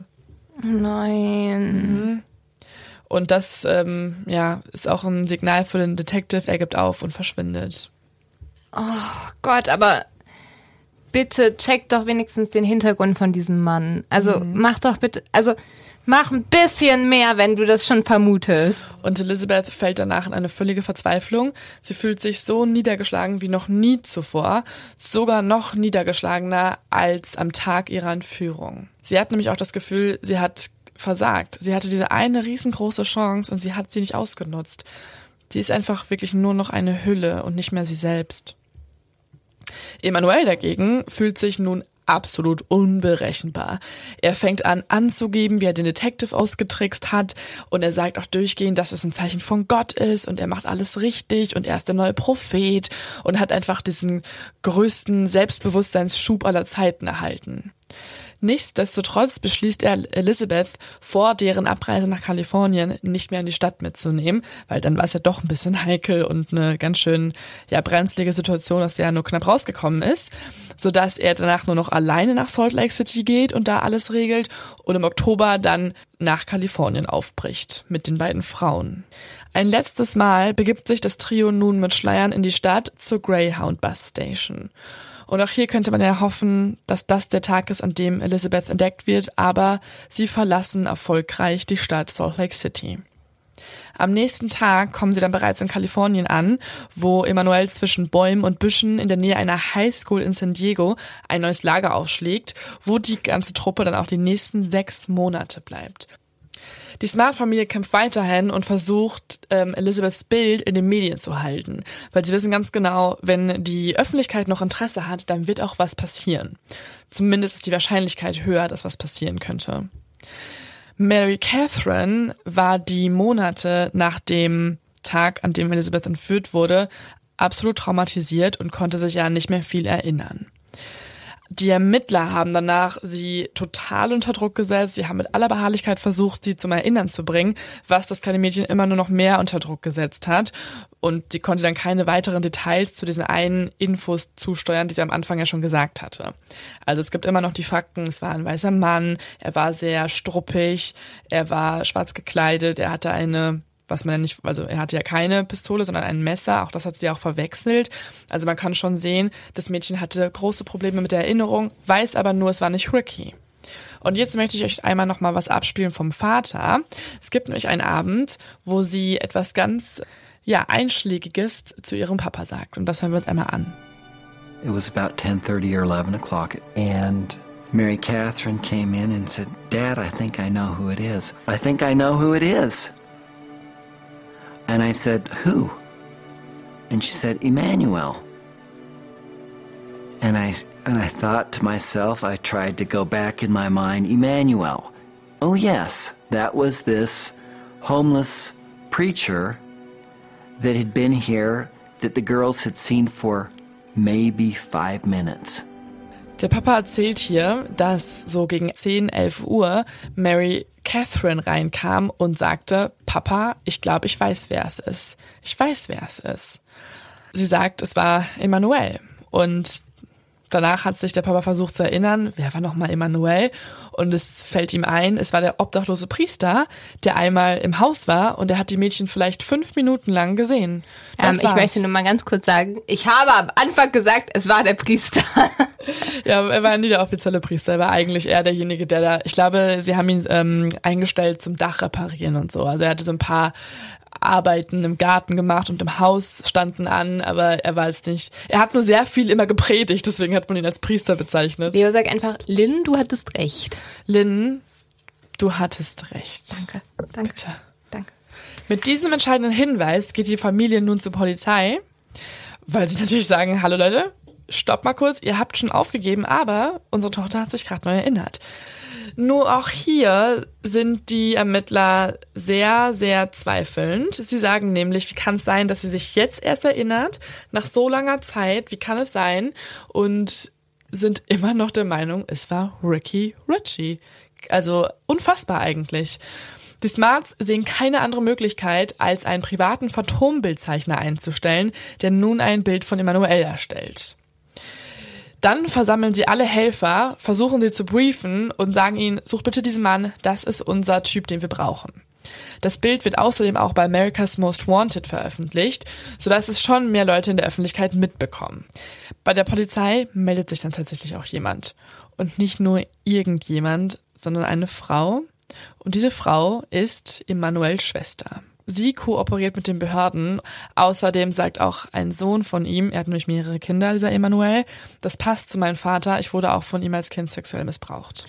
Nein. Und das ist auch ein Signal für den Detective. Er gibt auf und verschwindet. Oh Gott, aber bitte check doch wenigstens den Hintergrund von diesem Mann. Also mach ein bisschen mehr, wenn du das schon vermutest. Und Elizabeth fällt danach in eine völlige Verzweiflung. Sie fühlt sich so niedergeschlagen wie noch nie zuvor. Sogar noch niedergeschlagener als am Tag ihrer Entführung. Sie hat nämlich auch das Gefühl, sie hat versagt. Sie hatte diese eine riesengroße Chance und sie hat sie nicht ausgenutzt. Sie ist einfach wirklich nur noch eine Hülle und nicht mehr sie selbst. Emanuelle dagegen fühlt sich nun absolut unberechenbar. Er fängt an anzugeben, wie er den Detective ausgetrickst hat und er sagt auch durchgehend, dass es ein Zeichen von Gott ist und er macht alles richtig und er ist der neue Prophet und hat einfach diesen größten Selbstbewusstseinsschub aller Zeiten erhalten. Nichtsdestotrotz beschließt er, Elizabeth vor deren Abreise nach Kalifornien nicht mehr in die Stadt mitzunehmen, weil dann war es ja doch ein bisschen heikel und eine ganz schön brenzlige Situation, aus der er nur knapp rausgekommen ist, sodass er danach nur noch alleine nach Salt Lake City geht und da alles regelt und im Oktober dann nach Kalifornien aufbricht mit den beiden Frauen. Ein letztes Mal begibt sich das Trio nun mit Schleiern in die Stadt zur Greyhound Bus Station. Und auch hier könnte man ja hoffen, dass das der Tag ist, an dem Elizabeth entdeckt wird, aber sie verlassen erfolgreich die Stadt Salt Lake City. Am nächsten Tag kommen sie dann bereits in Kalifornien an, wo Emanuelle zwischen Bäumen und Büschen in der Nähe einer Highschool in San Diego ein neues Lager aufschlägt, wo die ganze Truppe dann auch die nächsten 6 Monate bleibt. Die Smart-Familie kämpft weiterhin und versucht, Elizabeths Bild in den Medien zu halten. Weil sie wissen ganz genau, wenn die Öffentlichkeit noch Interesse hat, dann wird auch was passieren. Zumindest ist die Wahrscheinlichkeit höher, dass was passieren könnte. Mary Catherine war die Monate nach dem Tag, an dem Elizabeth entführt wurde, absolut traumatisiert und konnte sich ja nicht mehr viel erinnern. Die Ermittler haben danach sie total unter Druck gesetzt. Sie haben mit aller Beharrlichkeit versucht, sie zum Erinnern zu bringen, was das kleine Mädchen immer nur noch mehr unter Druck gesetzt hat. Und sie konnte dann keine weiteren Details zu diesen einen Infos zusteuern, die sie am Anfang ja schon gesagt hatte. Also es gibt immer noch die Fakten, es war ein weißer Mann, er war sehr struppig, er war schwarz gekleidet, er hatte eine was man ja nicht, also er hatte ja keine Pistole, sondern ein Messer, auch das hat sie auch verwechselt. Also man kann schon sehen, das Mädchen hatte große Probleme mit der Erinnerung, weiß aber nur, es war nicht Ricky. Und jetzt möchte ich euch einmal nochmal was abspielen vom Vater. Es gibt nämlich einen Abend, wo sie etwas ganz, Einschlägiges zu ihrem Papa sagt. Und das hören wir uns einmal an. It was about 10:30 or 11 o'clock, and Mary Catherine came in and said, "Dad, I think I know who it is. I think I know who it is." And I said, "Who?" And she said, "Emmanuel." And I thought to myself, I tried to go back in my mind, Emmanuel. Oh yes, that was this homeless preacher that had been here that the girls had seen for maybe 5 minutes. Der Papa erzählt hier, dass so gegen 10, 11 Uhr Mary Catherine reinkam und sagte, Papa, ich glaube, ich weiß, wer es ist. Ich weiß, wer es ist. Sie sagt, es war Emmanuel. Und danach hat sich der Papa versucht zu erinnern, wer war nochmal Emmanuel? Und es fällt ihm ein, es war der obdachlose Priester, der einmal im Haus war und der hat die Mädchen vielleicht 5 Minuten lang gesehen. Ich möchte nur mal ganz kurz sagen, ich habe am Anfang gesagt, es war der Priester. Ja, er war nie der offizielle Priester, er war eigentlich eher derjenige, der da, ich glaube, sie haben ihn eingestellt zum Dach reparieren und so. Also er hatte so ein paar Arbeiten im Garten gemacht und im Haus standen an, aber er war jetzt nicht, er hat nur sehr viel immer gepredigt, deswegen hat man ihn als Priester bezeichnet. Leo, sag einfach, Lynn, du hattest recht. Lynn, du hattest recht. Danke. Bitte. Danke. Mit diesem entscheidenden Hinweis geht die Familie nun zur Polizei, weil sie natürlich sagen, hallo Leute, stopp mal kurz, ihr habt schon aufgegeben, aber unsere Tochter hat sich gerade neu erinnert. Nur auch hier sind die Ermittler sehr, sehr zweifelnd. Sie sagen nämlich, wie kann es sein, dass sie sich jetzt erst erinnert, nach so langer Zeit, wie kann es sein? Und sind immer noch der Meinung, es war Ricky Ritchie. Also unfassbar eigentlich. Die Smarts sehen keine andere Möglichkeit, als einen privaten Phantombildzeichner einzustellen, der nun ein Bild von Emmanuel erstellt. Dann versammeln sie alle Helfer, versuchen sie zu briefen und sagen ihnen, such bitte diesen Mann, das ist unser Typ, den wir brauchen. Das Bild wird außerdem auch bei America's Most Wanted veröffentlicht, sodass es schon mehr Leute in der Öffentlichkeit mitbekommen. Bei der Polizei meldet sich dann tatsächlich auch jemand. Und nicht nur irgendjemand, sondern eine Frau. Und diese Frau ist Emmanuels Schwester. Sie kooperiert mit den Behörden. Außerdem sagt auch ein Sohn von ihm, er hat nämlich mehrere Kinder, dieser Emmanuel, das passt zu meinem Vater, ich wurde auch von ihm als Kind sexuell missbraucht.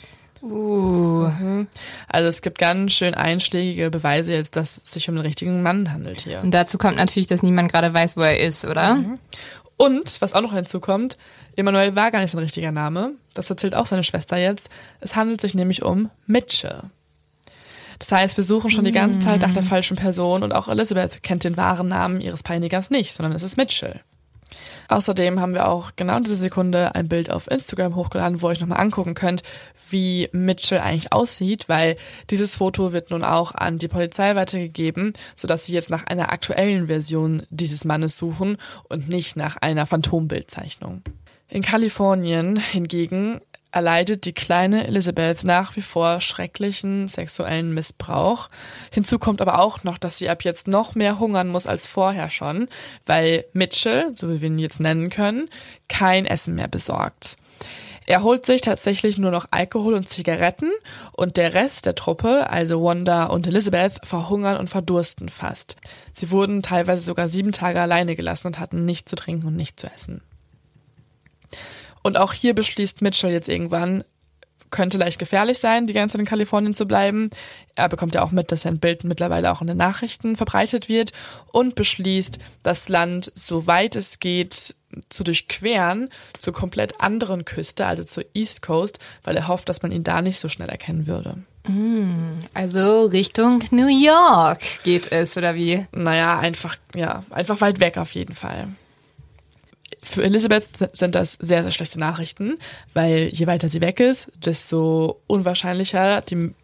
Also es gibt ganz schön einschlägige Beweise jetzt, dass es sich um den richtigen Mann handelt hier. Und dazu kommt natürlich, dass niemand gerade weiß, wo er ist, oder? Und, was auch noch hinzukommt, Emmanuel war gar nicht sein richtiger Name. Das erzählt auch seine Schwester jetzt. Es handelt sich nämlich um Mitchell. Das heißt, wir suchen schon die ganze Zeit nach der falschen Person und auch Elizabeth kennt den wahren Namen ihres Peinigers nicht, sondern es ist Mitchell. Außerdem haben wir auch genau in dieser Sekunde ein Bild auf Instagram hochgeladen, wo ihr euch nochmal angucken könnt, wie Mitchell eigentlich aussieht, weil dieses Foto wird nun auch an die Polizei weitergegeben, sodass sie jetzt nach einer aktuellen Version dieses Mannes suchen und nicht nach einer Phantombildzeichnung. In Kalifornien hingegen erleidet die kleine Elizabeth nach wie vor schrecklichen sexuellen Missbrauch. Hinzu kommt aber auch noch, dass sie ab jetzt noch mehr hungern muss als vorher schon, weil Mitchell, so wie wir ihn jetzt nennen können, kein Essen mehr besorgt. Er holt sich tatsächlich nur noch Alkohol und Zigaretten und der Rest der Truppe, also Wanda und Elizabeth, verhungern und verdursten fast. Sie wurden teilweise sogar 7 Tage alleine gelassen und hatten nichts zu trinken und nichts zu essen. Und auch hier beschließt Mitchell jetzt irgendwann, könnte leicht gefährlich sein, die ganze Zeit in Kalifornien zu bleiben. Er bekommt ja auch mit, dass sein Bild mittlerweile auch in den Nachrichten verbreitet wird und beschließt, das Land, soweit es geht, zu durchqueren zur komplett anderen Küste, also zur East Coast, weil er hofft, dass man ihn da nicht so schnell erkennen würde. Also Richtung New York geht es, oder wie? Naja, einfach weit weg auf jeden Fall. Für Elizabeth sind das sehr, sehr schlechte Nachrichten, weil je weiter sie weg ist, desto unwahrscheinlicher die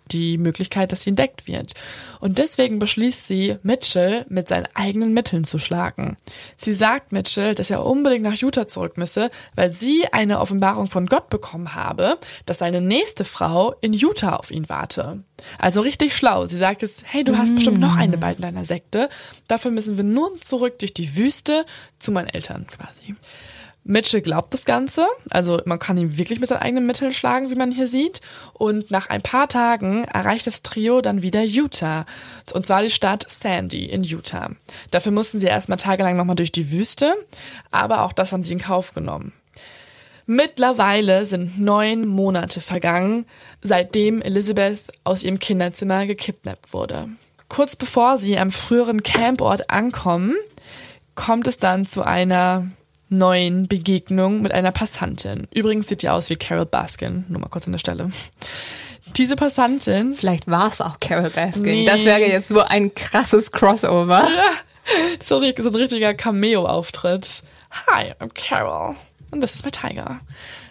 die Möglichkeit, dass sie entdeckt wird. Und deswegen beschließt sie, Mitchell mit seinen eigenen Mitteln zu schlagen. Sie sagt Mitchell, dass er unbedingt nach Utah zurück müsse, weil sie eine Offenbarung von Gott bekommen habe, dass seine nächste Frau in Utah auf ihn warte. Also richtig schlau. Sie sagt jetzt, hey, du hast bestimmt noch eine bald in deiner Sekte. Dafür müssen wir nur zurück durch die Wüste zu meinen Eltern quasi. Mitchell glaubt das Ganze, also man kann ihn wirklich mit seinen eigenen Mitteln schlagen, wie man hier sieht. Und nach ein paar Tagen erreicht das Trio dann wieder Utah, und zwar die Stadt Sandy in Utah. Dafür mussten sie erstmal tagelang nochmal durch die Wüste, aber auch das haben sie in Kauf genommen. Mittlerweile sind 9 Monate vergangen, seitdem Elizabeth aus ihrem Kinderzimmer gekidnappt wurde. Kurz bevor sie am früheren Camport ankommen, kommt es dann zu einer neuen Begegnung mit einer Passantin. Übrigens sieht die aus wie Carole Baskin, nur mal kurz an der Stelle. Diese Passantin... Vielleicht war es auch Carole Baskin. Nee. Das wäre jetzt so ein krasses Crossover. Ja, so ein richtiger Cameo-Auftritt. Hi, I'm Carole. Und das ist mein Tiger.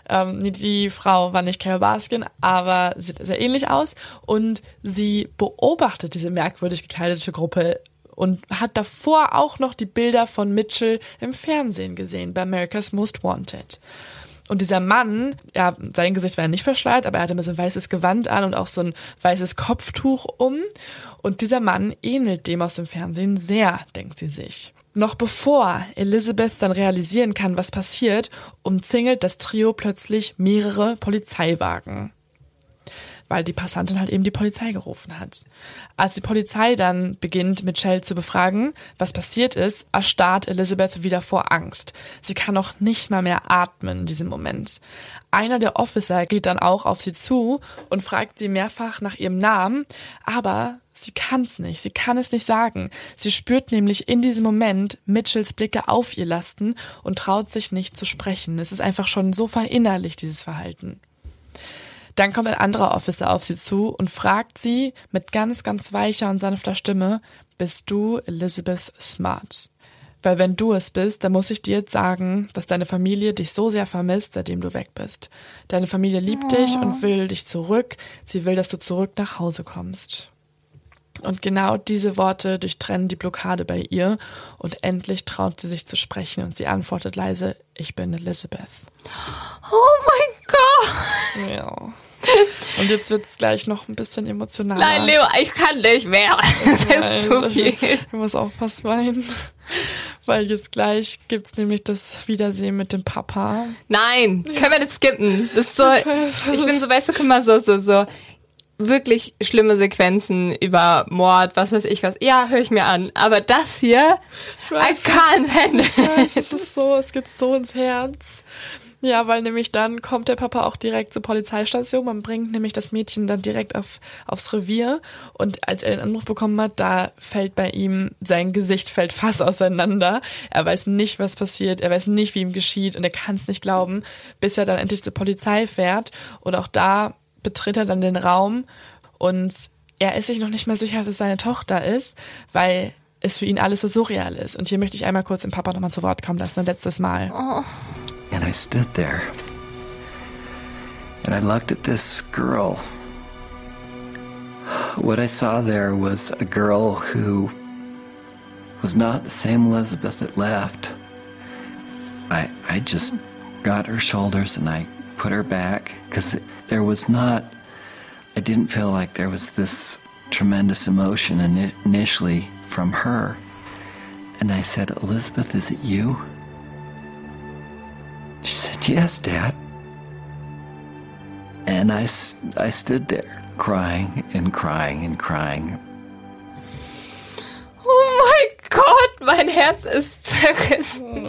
Die Frau war nicht Carole Baskin, aber sieht sehr ähnlich aus. Und sie beobachtet diese merkwürdig gekleidete Gruppe und hat davor auch noch die Bilder von Mitchell im Fernsehen gesehen, bei America's Most Wanted. Und dieser Mann, ja, sein Gesicht war ja nicht verschleiert, aber er hatte immer so ein weißes Gewand an und auch so ein weißes Kopftuch um. Und dieser Mann ähnelt dem aus dem Fernsehen sehr, denkt sie sich. Noch bevor Elizabeth dann realisieren kann, was passiert, umzingelt das Trio plötzlich mehrere Polizeiwagen, weil die Passantin halt eben die Polizei gerufen hat. Als die Polizei dann beginnt, Mitchell zu befragen, was passiert ist, erstarrt Elizabeth wieder vor Angst. Sie kann noch nicht mal mehr atmen in diesem Moment. Einer der Officer geht dann auch auf sie zu und fragt sie mehrfach nach ihrem Namen, aber sie kann es nicht sagen. Sie spürt nämlich in diesem Moment Mitchells Blicke auf ihr lasten und traut sich nicht zu sprechen. Es ist einfach schon so verinnerlicht, dieses Verhalten. Dann kommt ein anderer Officer auf sie zu und fragt sie mit ganz, ganz weicher und sanfter Stimme, bist du Elizabeth Smart? Weil wenn du es bist, dann muss ich dir jetzt sagen, dass deine Familie dich so sehr vermisst, seitdem du weg bist. Deine Familie liebt dich und will dich zurück. Sie will, dass du zurück nach Hause kommst. Und genau diese Worte durchtrennen die Blockade bei ihr und endlich traut sie sich zu sprechen und sie antwortet leise, ich bin Elizabeth. Oh mein Gott! Ja. Und jetzt wird's gleich noch ein bisschen emotionaler. Nein, Leo, ich kann nicht mehr. Das ist zu viel. Ich muss auch fast weinen. Weil jetzt gleich gibt's nämlich das Wiedersehen mit dem Papa. Nein, können wir das skippen? Das ist so, ich bin so, weißt du, guck mal, so wirklich schlimme Sequenzen über Mord, was weiß ich was. Ja, höre ich mir an. Aber das hier, I can't handle it. Es ist so, es geht so ins Herz. Ja, weil nämlich dann kommt der Papa auch direkt zur Polizeistation. Man bringt nämlich das Mädchen dann direkt aufs Revier. Und als er den Anruf bekommen hat, da fällt bei ihm, sein Gesicht fällt fast auseinander. Er weiß nicht, was passiert. Er weiß nicht, wie ihm geschieht. Und er kann es nicht glauben, bis er dann endlich zur Polizei fährt. Und auch da betritt er dann den Raum. Und er ist sich noch nicht mehr sicher, dass es seine Tochter ist, weil es für ihn alles so surreal ist. Und hier möchte ich einmal kurz den Papa nochmal zu Wort kommen lassen, ein letztes Mal. Oh. And I stood there, and I looked at this girl. What I saw there was a girl who was not the same Elizabeth that left. I just got her shoulders and I put her back, because there was not, I didn't feel like there was this tremendous emotion initially from her. And I said, Elizabeth, is it you? She said, yes, Dad. And I stood there crying and crying and crying. Oh mein Gott, mein Herz ist zerrissen.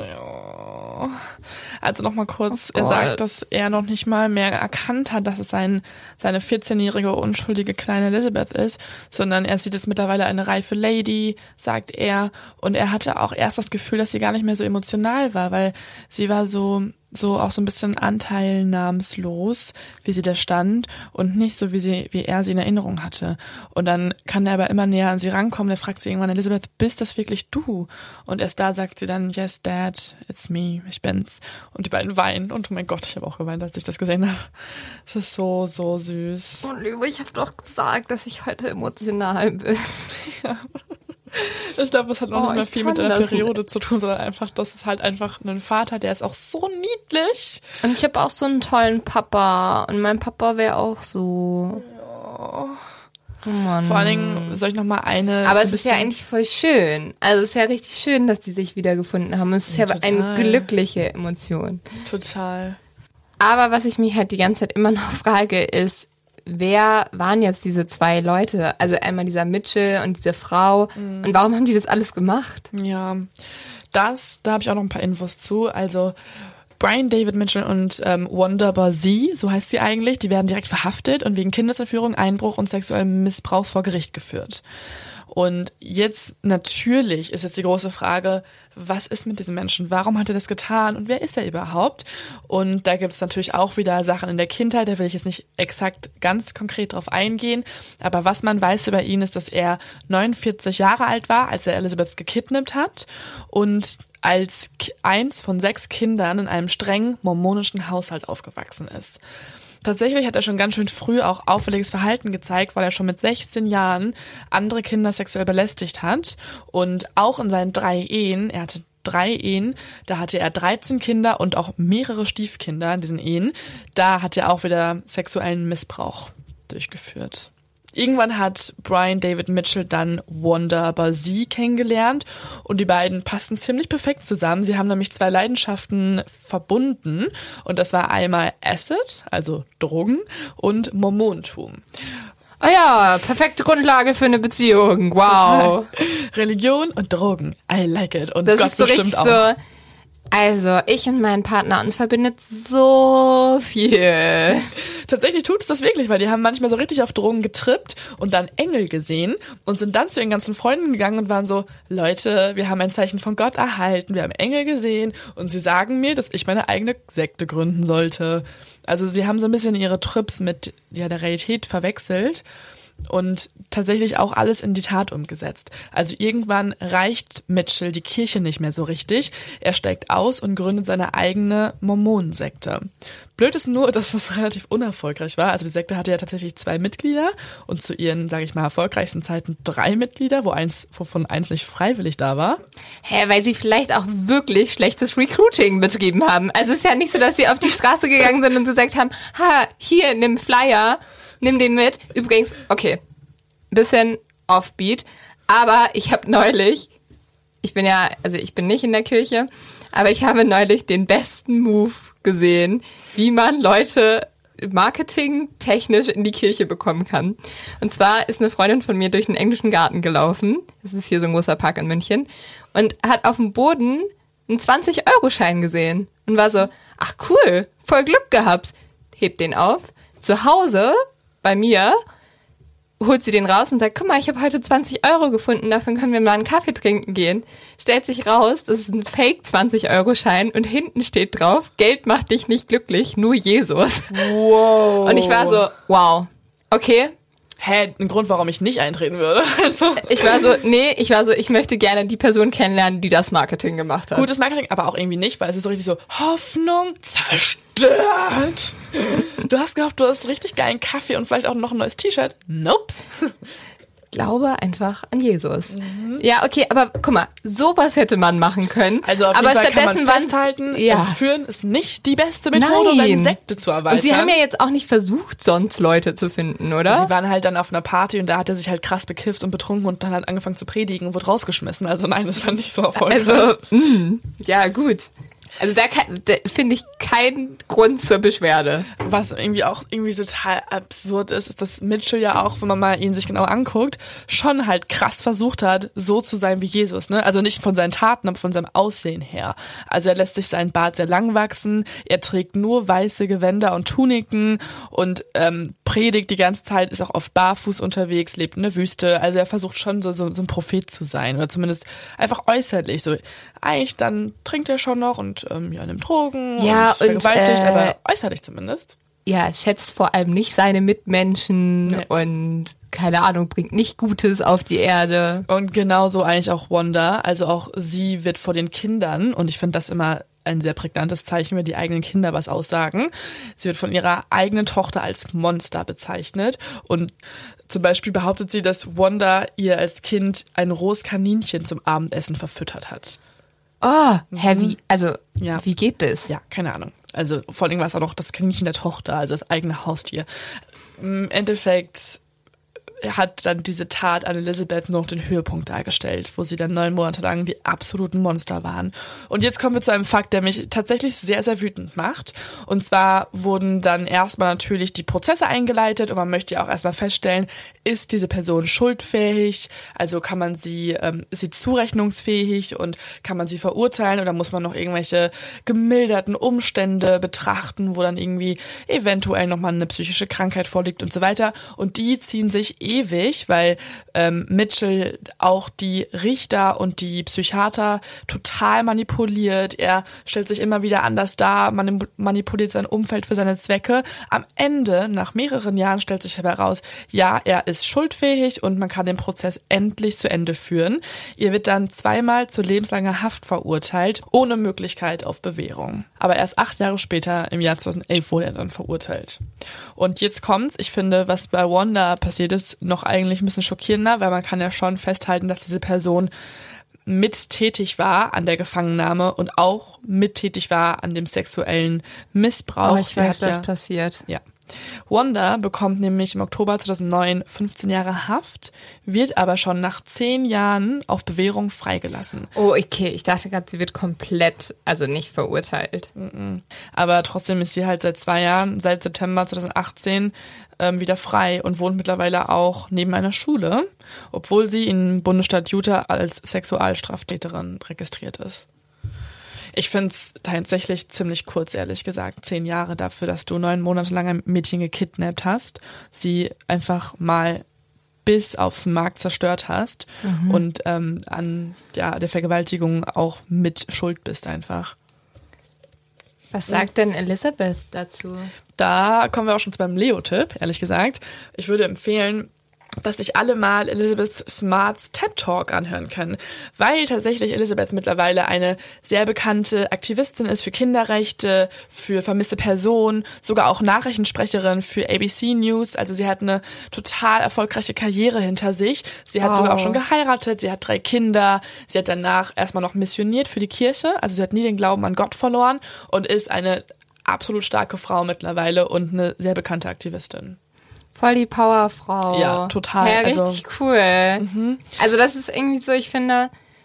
Also nochmal kurz, er sagt, dass er noch nicht mal mehr erkannt hat, dass es seine 14-jährige unschuldige kleine Elizabeth ist, sondern er sieht jetzt mittlerweile eine reife Lady, sagt er. Und er hatte auch erst das Gefühl, dass sie gar nicht mehr so emotional war, weil sie war so so auch so ein bisschen anteilnahmslos, wie sie da stand und nicht so, wie er sie in Erinnerung hatte. Und dann kann er aber immer näher an sie rankommen. Er fragt sie irgendwann, Elizabeth, bist das wirklich du? Und erst da sagt sie dann, yes, Dad, it's me, ich bin's. Und die beiden weinen. Und oh mein Gott, ich habe auch geweint, als ich das gesehen habe. Es ist so, so süß. Und Liebe, ich habe doch gesagt, dass ich heute emotional bin. Ja. Ich glaube, es hat noch nicht mehr viel mit der Periode zu tun, sondern einfach, das ist halt einfach ein Vater, der ist auch so niedlich. Und ich habe auch so einen tollen Papa. Und mein Papa wäre auch so. Ja. Oh Mann. Vor allen Dingen soll ich noch mal eine... Aber es ist ja eigentlich voll schön. Also es ist ja richtig schön, dass die sich wiedergefunden haben. Es ist ja eine glückliche Emotion. Total. Aber was ich mich halt die ganze Zeit immer noch frage, ist, wer waren jetzt diese 2 Leute? Also einmal dieser Mitchell und diese Frau. Und warum haben die das alles gemacht? Ja, da habe ich auch noch ein paar Infos zu. Also Brian David Mitchell und Wanda Barzee, so heißt sie eigentlich, die werden direkt verhaftet und wegen Kindesentführung, Einbruch und sexuellem Missbrauch vor Gericht geführt. Und jetzt natürlich ist jetzt die große Frage, was ist mit diesem Menschen? Warum hat er das getan? Und wer ist er überhaupt? Und da gibt es natürlich auch wieder Sachen in der Kindheit, da will ich jetzt nicht exakt ganz konkret drauf eingehen. Aber was man weiß über ihn ist, dass er 49 Jahre alt war, als er Elizabeth gekidnappt hat und als eins von 6 Kindern in einem streng mormonischen Haushalt aufgewachsen ist. Tatsächlich hat er schon ganz schön früh auch auffälliges Verhalten gezeigt, weil er schon mit 16 Jahren andere Kinder sexuell belästigt hat. Und auch in seinen 3 Ehen, er hatte 3 Ehen, da hatte er 13 Kinder und auch mehrere Stiefkinder in diesen Ehen. Da hat er auch wieder sexuellen Missbrauch durchgeführt. Irgendwann hat Brian David Mitchell dann Wanda Barzee kennengelernt und die beiden passten ziemlich perfekt zusammen. Sie haben nämlich 2 Leidenschaften verbunden und das war einmal Acid, also Drogen, und Mormontum. Ah ja, perfekte Grundlage für eine Beziehung. Wow. Religion und Drogen. I like it. Und das Gott ist so bestimmt richtig auch. So, also ich und mein Partner, uns verbindet so viel. Tatsächlich tut es das wirklich, weil die haben manchmal so richtig auf Drogen getrippt und dann Engel gesehen und sind dann zu ihren ganzen Freunden gegangen und waren so, Leute, wir haben ein Zeichen von Gott erhalten, wir haben Engel gesehen und sie sagen mir, dass ich meine eigene Sekte gründen sollte. Also sie haben so ein bisschen ihre Trips mit der Realität verwechselt und tatsächlich auch alles in die Tat umgesetzt. Also irgendwann reicht Mitchell die Kirche nicht mehr so richtig. Er steigt aus und gründet seine eigene Mormonensekte. Blöd ist nur, dass das relativ unerfolgreich war. Also die Sekte hatte ja tatsächlich 2 Mitglieder und zu ihren, sage ich mal, erfolgreichsten Zeiten 3 Mitglieder, wovon eins nicht freiwillig da war. Weil sie vielleicht auch wirklich schlechtes Recruiting betrieben haben. Also es ist ja nicht so, dass sie auf die Straße gegangen sind und gesagt haben, hier, nimm Flyer, nimm den mit. Übrigens, okay, bisschen offbeat, aber ich habe neulich, ich bin nicht in der Kirche, aber ich habe neulich den besten Move gesehen, wie man Leute marketingtechnisch in die Kirche bekommen kann. Und zwar ist eine Freundin von mir durch den englischen Garten gelaufen, das ist hier so ein großer Park in München, und hat auf dem Boden einen 20-Euro-Schein gesehen und war so, ach cool, voll Glück gehabt, hebt den auf, zu Hause bei mir, holt sie den raus und sagt, guck mal, ich habe heute 20 Euro gefunden, davon können wir mal einen Kaffee trinken gehen. Stellt sich raus, das ist ein Fake 20-Euro-Schein und hinten steht drauf, Geld macht dich nicht glücklich, nur Jesus. Wow. Und ich war so, wow, okay. Ein Grund, warum ich nicht eintreten würde. Also. Ich war so, ich möchte gerne die Person kennenlernen, die das Marketing gemacht hat. Gutes Marketing, aber auch irgendwie nicht, weil es ist so richtig so, Hoffnung zerstört. Du hast gehofft, du hast richtig geilen Kaffee und vielleicht auch noch ein neues T-Shirt. Nope. Glaube einfach an Jesus. Ja, okay, aber guck mal, sowas hätte man machen können. Also auf jeden Fall kann man festhalten, Entführen ist nicht die beste Methode, um eine Sekte zu erweitern. Und sie haben ja jetzt auch nicht versucht, sonst Leute zu finden, oder? Sie waren halt dann auf einer Party und da hat er sich halt krass bekifft und betrunken und dann halt angefangen zu predigen und wurde rausgeschmissen. Also nein, das war nicht so erfolgreich. Also, ja, gut. Also da finde ich keinen Grund zur Beschwerde. Was irgendwie auch irgendwie total absurd ist, ist, dass Mitchell ja auch, wenn man mal ihn sich genau anguckt, schon halt krass versucht hat, so zu sein wie Jesus, ne? Also nicht von seinen Taten, aber von seinem Aussehen her. Also er lässt sich seinen Bart sehr lang wachsen, er trägt nur weiße Gewänder und Tuniken und predigt die ganze Zeit, ist auch oft barfuß unterwegs, lebt in der Wüste. Also er versucht schon so ein Prophet zu sein oder zumindest einfach äußerlich. So eigentlich dann trinkt er schon noch und nimmt Drogen und vergewaltigt, aber äußerlich zumindest. Ja, schätzt vor allem nicht seine Mitmenschen und keine Ahnung, bringt nicht Gutes auf die Erde. Und genauso eigentlich auch Wanda. Also auch sie wird vor den Kindern, und ich finde das immer ein sehr prägnantes Zeichen, wenn die eigenen Kinder was aussagen. Sie wird von ihrer eigenen Tochter als Monster bezeichnet und zum Beispiel behauptet sie, dass Wanda ihr als Kind ein rohes Kaninchen zum Abendessen verfüttert hat. Oh, heavy. Also, wie geht das? Ja, keine Ahnung. Also vor allem war es auch noch das Kaninchen der Tochter, also das eigene Haustier. Im Endeffekt hat dann diese Tat an Elizabeth noch den Höhepunkt dargestellt, wo sie dann 9 Monate lang die absoluten Monster waren. Und jetzt kommen wir zu einem Fakt, der mich tatsächlich sehr, sehr wütend macht. Und zwar wurden dann erstmal natürlich die Prozesse eingeleitet und man möchte ja auch erstmal feststellen, ist diese Person schuldfähig? Also kann man ist sie zurechnungsfähig und kann man sie verurteilen oder muss man noch irgendwelche gemilderten Umstände betrachten, wo dann irgendwie eventuell nochmal eine psychische Krankheit vorliegt und so weiter. Und die ziehen sich ewig, weil Mitchell auch die Richter und die Psychiater total manipuliert. Er stellt sich immer wieder anders dar, manipuliert sein Umfeld für seine Zwecke. Am Ende, nach mehreren Jahren, stellt sich heraus, ja, er ist schuldfähig und man kann den Prozess endlich zu Ende führen. Ihr wird dann 2-mal zu lebenslanger Haft verurteilt, ohne Möglichkeit auf Bewährung. Aber erst 8 Jahre später, im Jahr 2011, wurde er dann verurteilt. Und jetzt kommt's, ich finde, was bei Wanda passiert ist, noch eigentlich ein bisschen schockierender, weil man kann ja schon festhalten, dass diese Person mittätig war an der Gefangennahme und auch mittätig war an dem sexuellen Missbrauch. Oh, ich weiß, was passiert. Ja. Wanda bekommt nämlich im Oktober 2009 15 Jahre Haft, wird aber schon nach 10 Jahren auf Bewährung freigelassen. Oh, okay. Ich dachte gerade, sie wird komplett, also nicht verurteilt. Aber trotzdem ist sie halt seit 2 Jahren, seit September 2018, wieder frei und wohnt mittlerweile auch neben einer Schule, obwohl sie im Bundesstaat Utah als Sexualstraftäterin registriert ist. Ich finde es tatsächlich ziemlich kurz, ehrlich gesagt. 10 Jahre dafür, dass du 9 Monate lang ein Mädchen gekidnappt hast, sie einfach mal bis aufs Mark zerstört hast und an der Vergewaltigung auch mit schuld bist einfach. Was sagt denn Elizabeth dazu? Da kommen wir auch schon zu meinem Leo-Tipp, ehrlich gesagt. Ich würde empfehlen, dass sich alle mal Elizabeth Smarts TED-Talk anhören können, weil tatsächlich Elizabeth mittlerweile eine sehr bekannte Aktivistin ist für Kinderrechte, für vermisste Personen, sogar auch Nachrichtensprecherin für ABC News. Also sie hat eine total erfolgreiche Karriere hinter sich. Sie hat sogar auch schon geheiratet, sie hat 3 Kinder, sie hat danach erstmal noch missioniert für die Kirche, also sie hat nie den Glauben an Gott verloren und ist eine absolut starke Frau mittlerweile und eine sehr bekannte Aktivistin. Voll die Powerfrau. Ja, total. Ja, richtig cool. Also das ist irgendwie so, ich finde,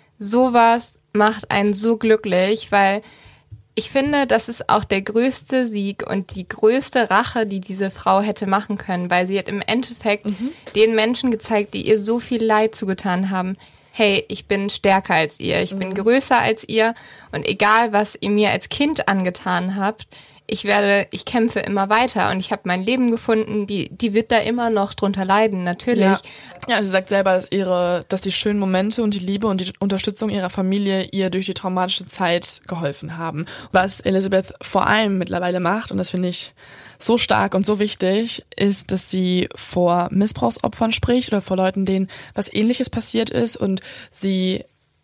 sowas macht einen so glücklich, weil ich finde, das ist auch der größte Sieg und die größte Rache, die diese Frau hätte machen können, weil sie hat im Endeffekt den Menschen gezeigt, die ihr so viel Leid zugetan haben. Hey, ich bin stärker als ihr, ich bin größer als ihr und egal, was ihr mir als Kind angetan habt, ich kämpfe immer weiter und ich habe mein Leben gefunden, die wird da immer noch drunter leiden, natürlich. Ja, sie sagt selber, dass die schönen Momente und die Liebe und die Unterstützung ihrer Familie ihr durch die traumatische Zeit geholfen haben. Was Elizabeth vor allem mittlerweile macht, und das finde ich so stark und so wichtig, ist, dass sie vor Missbrauchsopfern spricht oder vor Leuten, denen was Ähnliches passiert ist und sie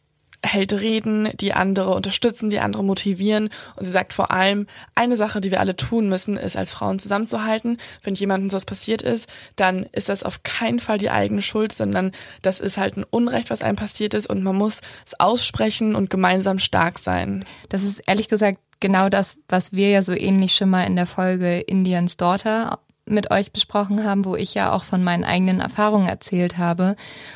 hält Reden, die andere unterstützen, die andere motivieren und sie sagt vor allem, eine Sache, die wir alle tun müssen, ist als Frauen zusammenzuhalten. Wenn jemandem sowas passiert ist, dann ist das auf keinen Fall die eigene Schuld, sondern das ist halt ein Unrecht, was einem passiert ist und man muss es aussprechen und gemeinsam stark sein. Das ist ehrlich gesagt genau das, was wir ja so ähnlich schon mal in der Folge Indians Daughter mit euch besprochen haben, wo ich ja auch von meinen eigenen Erfahrungen erzählt habe.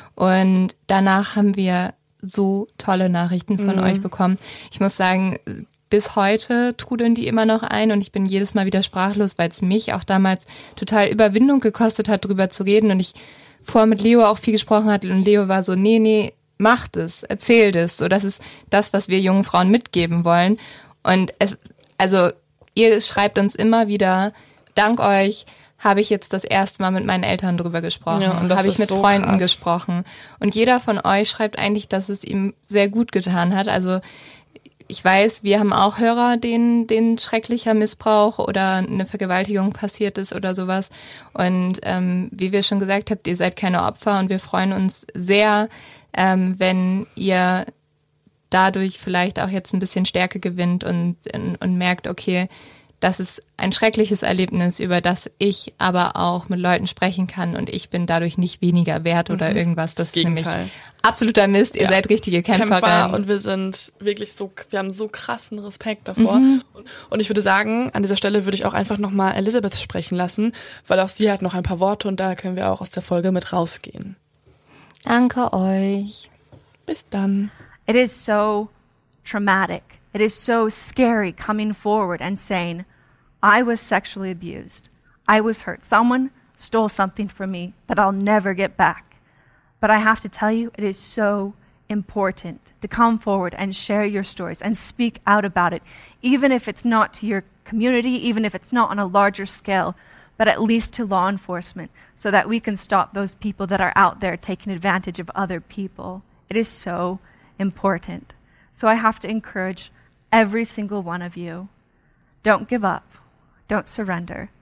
Und danach haben wir so tolle Nachrichten von euch bekommen. Ich muss sagen, bis heute trudeln die immer noch ein und ich bin jedes Mal wieder sprachlos, weil es mich auch damals total Überwindung gekostet hat, drüber zu reden und ich vorher mit Leo auch viel gesprochen hatte und Leo war so, nee, macht es, erzählt es. So, das ist das, was wir jungen Frauen mitgeben wollen. Und ihr schreibt uns immer wieder, dank euch habe ich jetzt das erste Mal mit meinen Eltern drüber gesprochen und habe ich mit so Freunden gesprochen. Und jeder von euch schreibt eigentlich, dass es ihm sehr gut getan hat. Also ich weiß, wir haben auch Hörer, denen schrecklicher Missbrauch oder eine Vergewaltigung passiert ist oder sowas. Und wie wir schon gesagt habt, ihr seid keine Opfer und wir freuen uns sehr, wenn ihr dadurch vielleicht auch jetzt ein bisschen Stärke gewinnt und merkt, okay, das ist ein schreckliches Erlebnis, über das ich aber auch mit Leuten sprechen kann und ich bin dadurch nicht weniger wert oder irgendwas. Das ist nämlich absoluter Mist. Ihr seid richtige Kämpfer und wir sind wirklich wir haben so krassen Respekt davor. Und ich würde sagen, an dieser Stelle würde ich auch einfach nochmal Elizabeth sprechen lassen, weil auch sie hat noch ein paar Worte und da können wir auch aus der Folge mit rausgehen. Danke euch. Bis dann. It is so traumatic. It is so scary coming forward and saying, I was sexually abused. I was hurt. Someone stole something from me that I'll never get back. But I have to tell you, it is so important to come forward and share your stories and speak out about it, even if it's not to your community, even if it's not on a larger scale, but at least to law enforcement, so that we can stop those people that are out there taking advantage of other people. It is so important. So I have to encourage every single one of you, don't give up, don't surrender.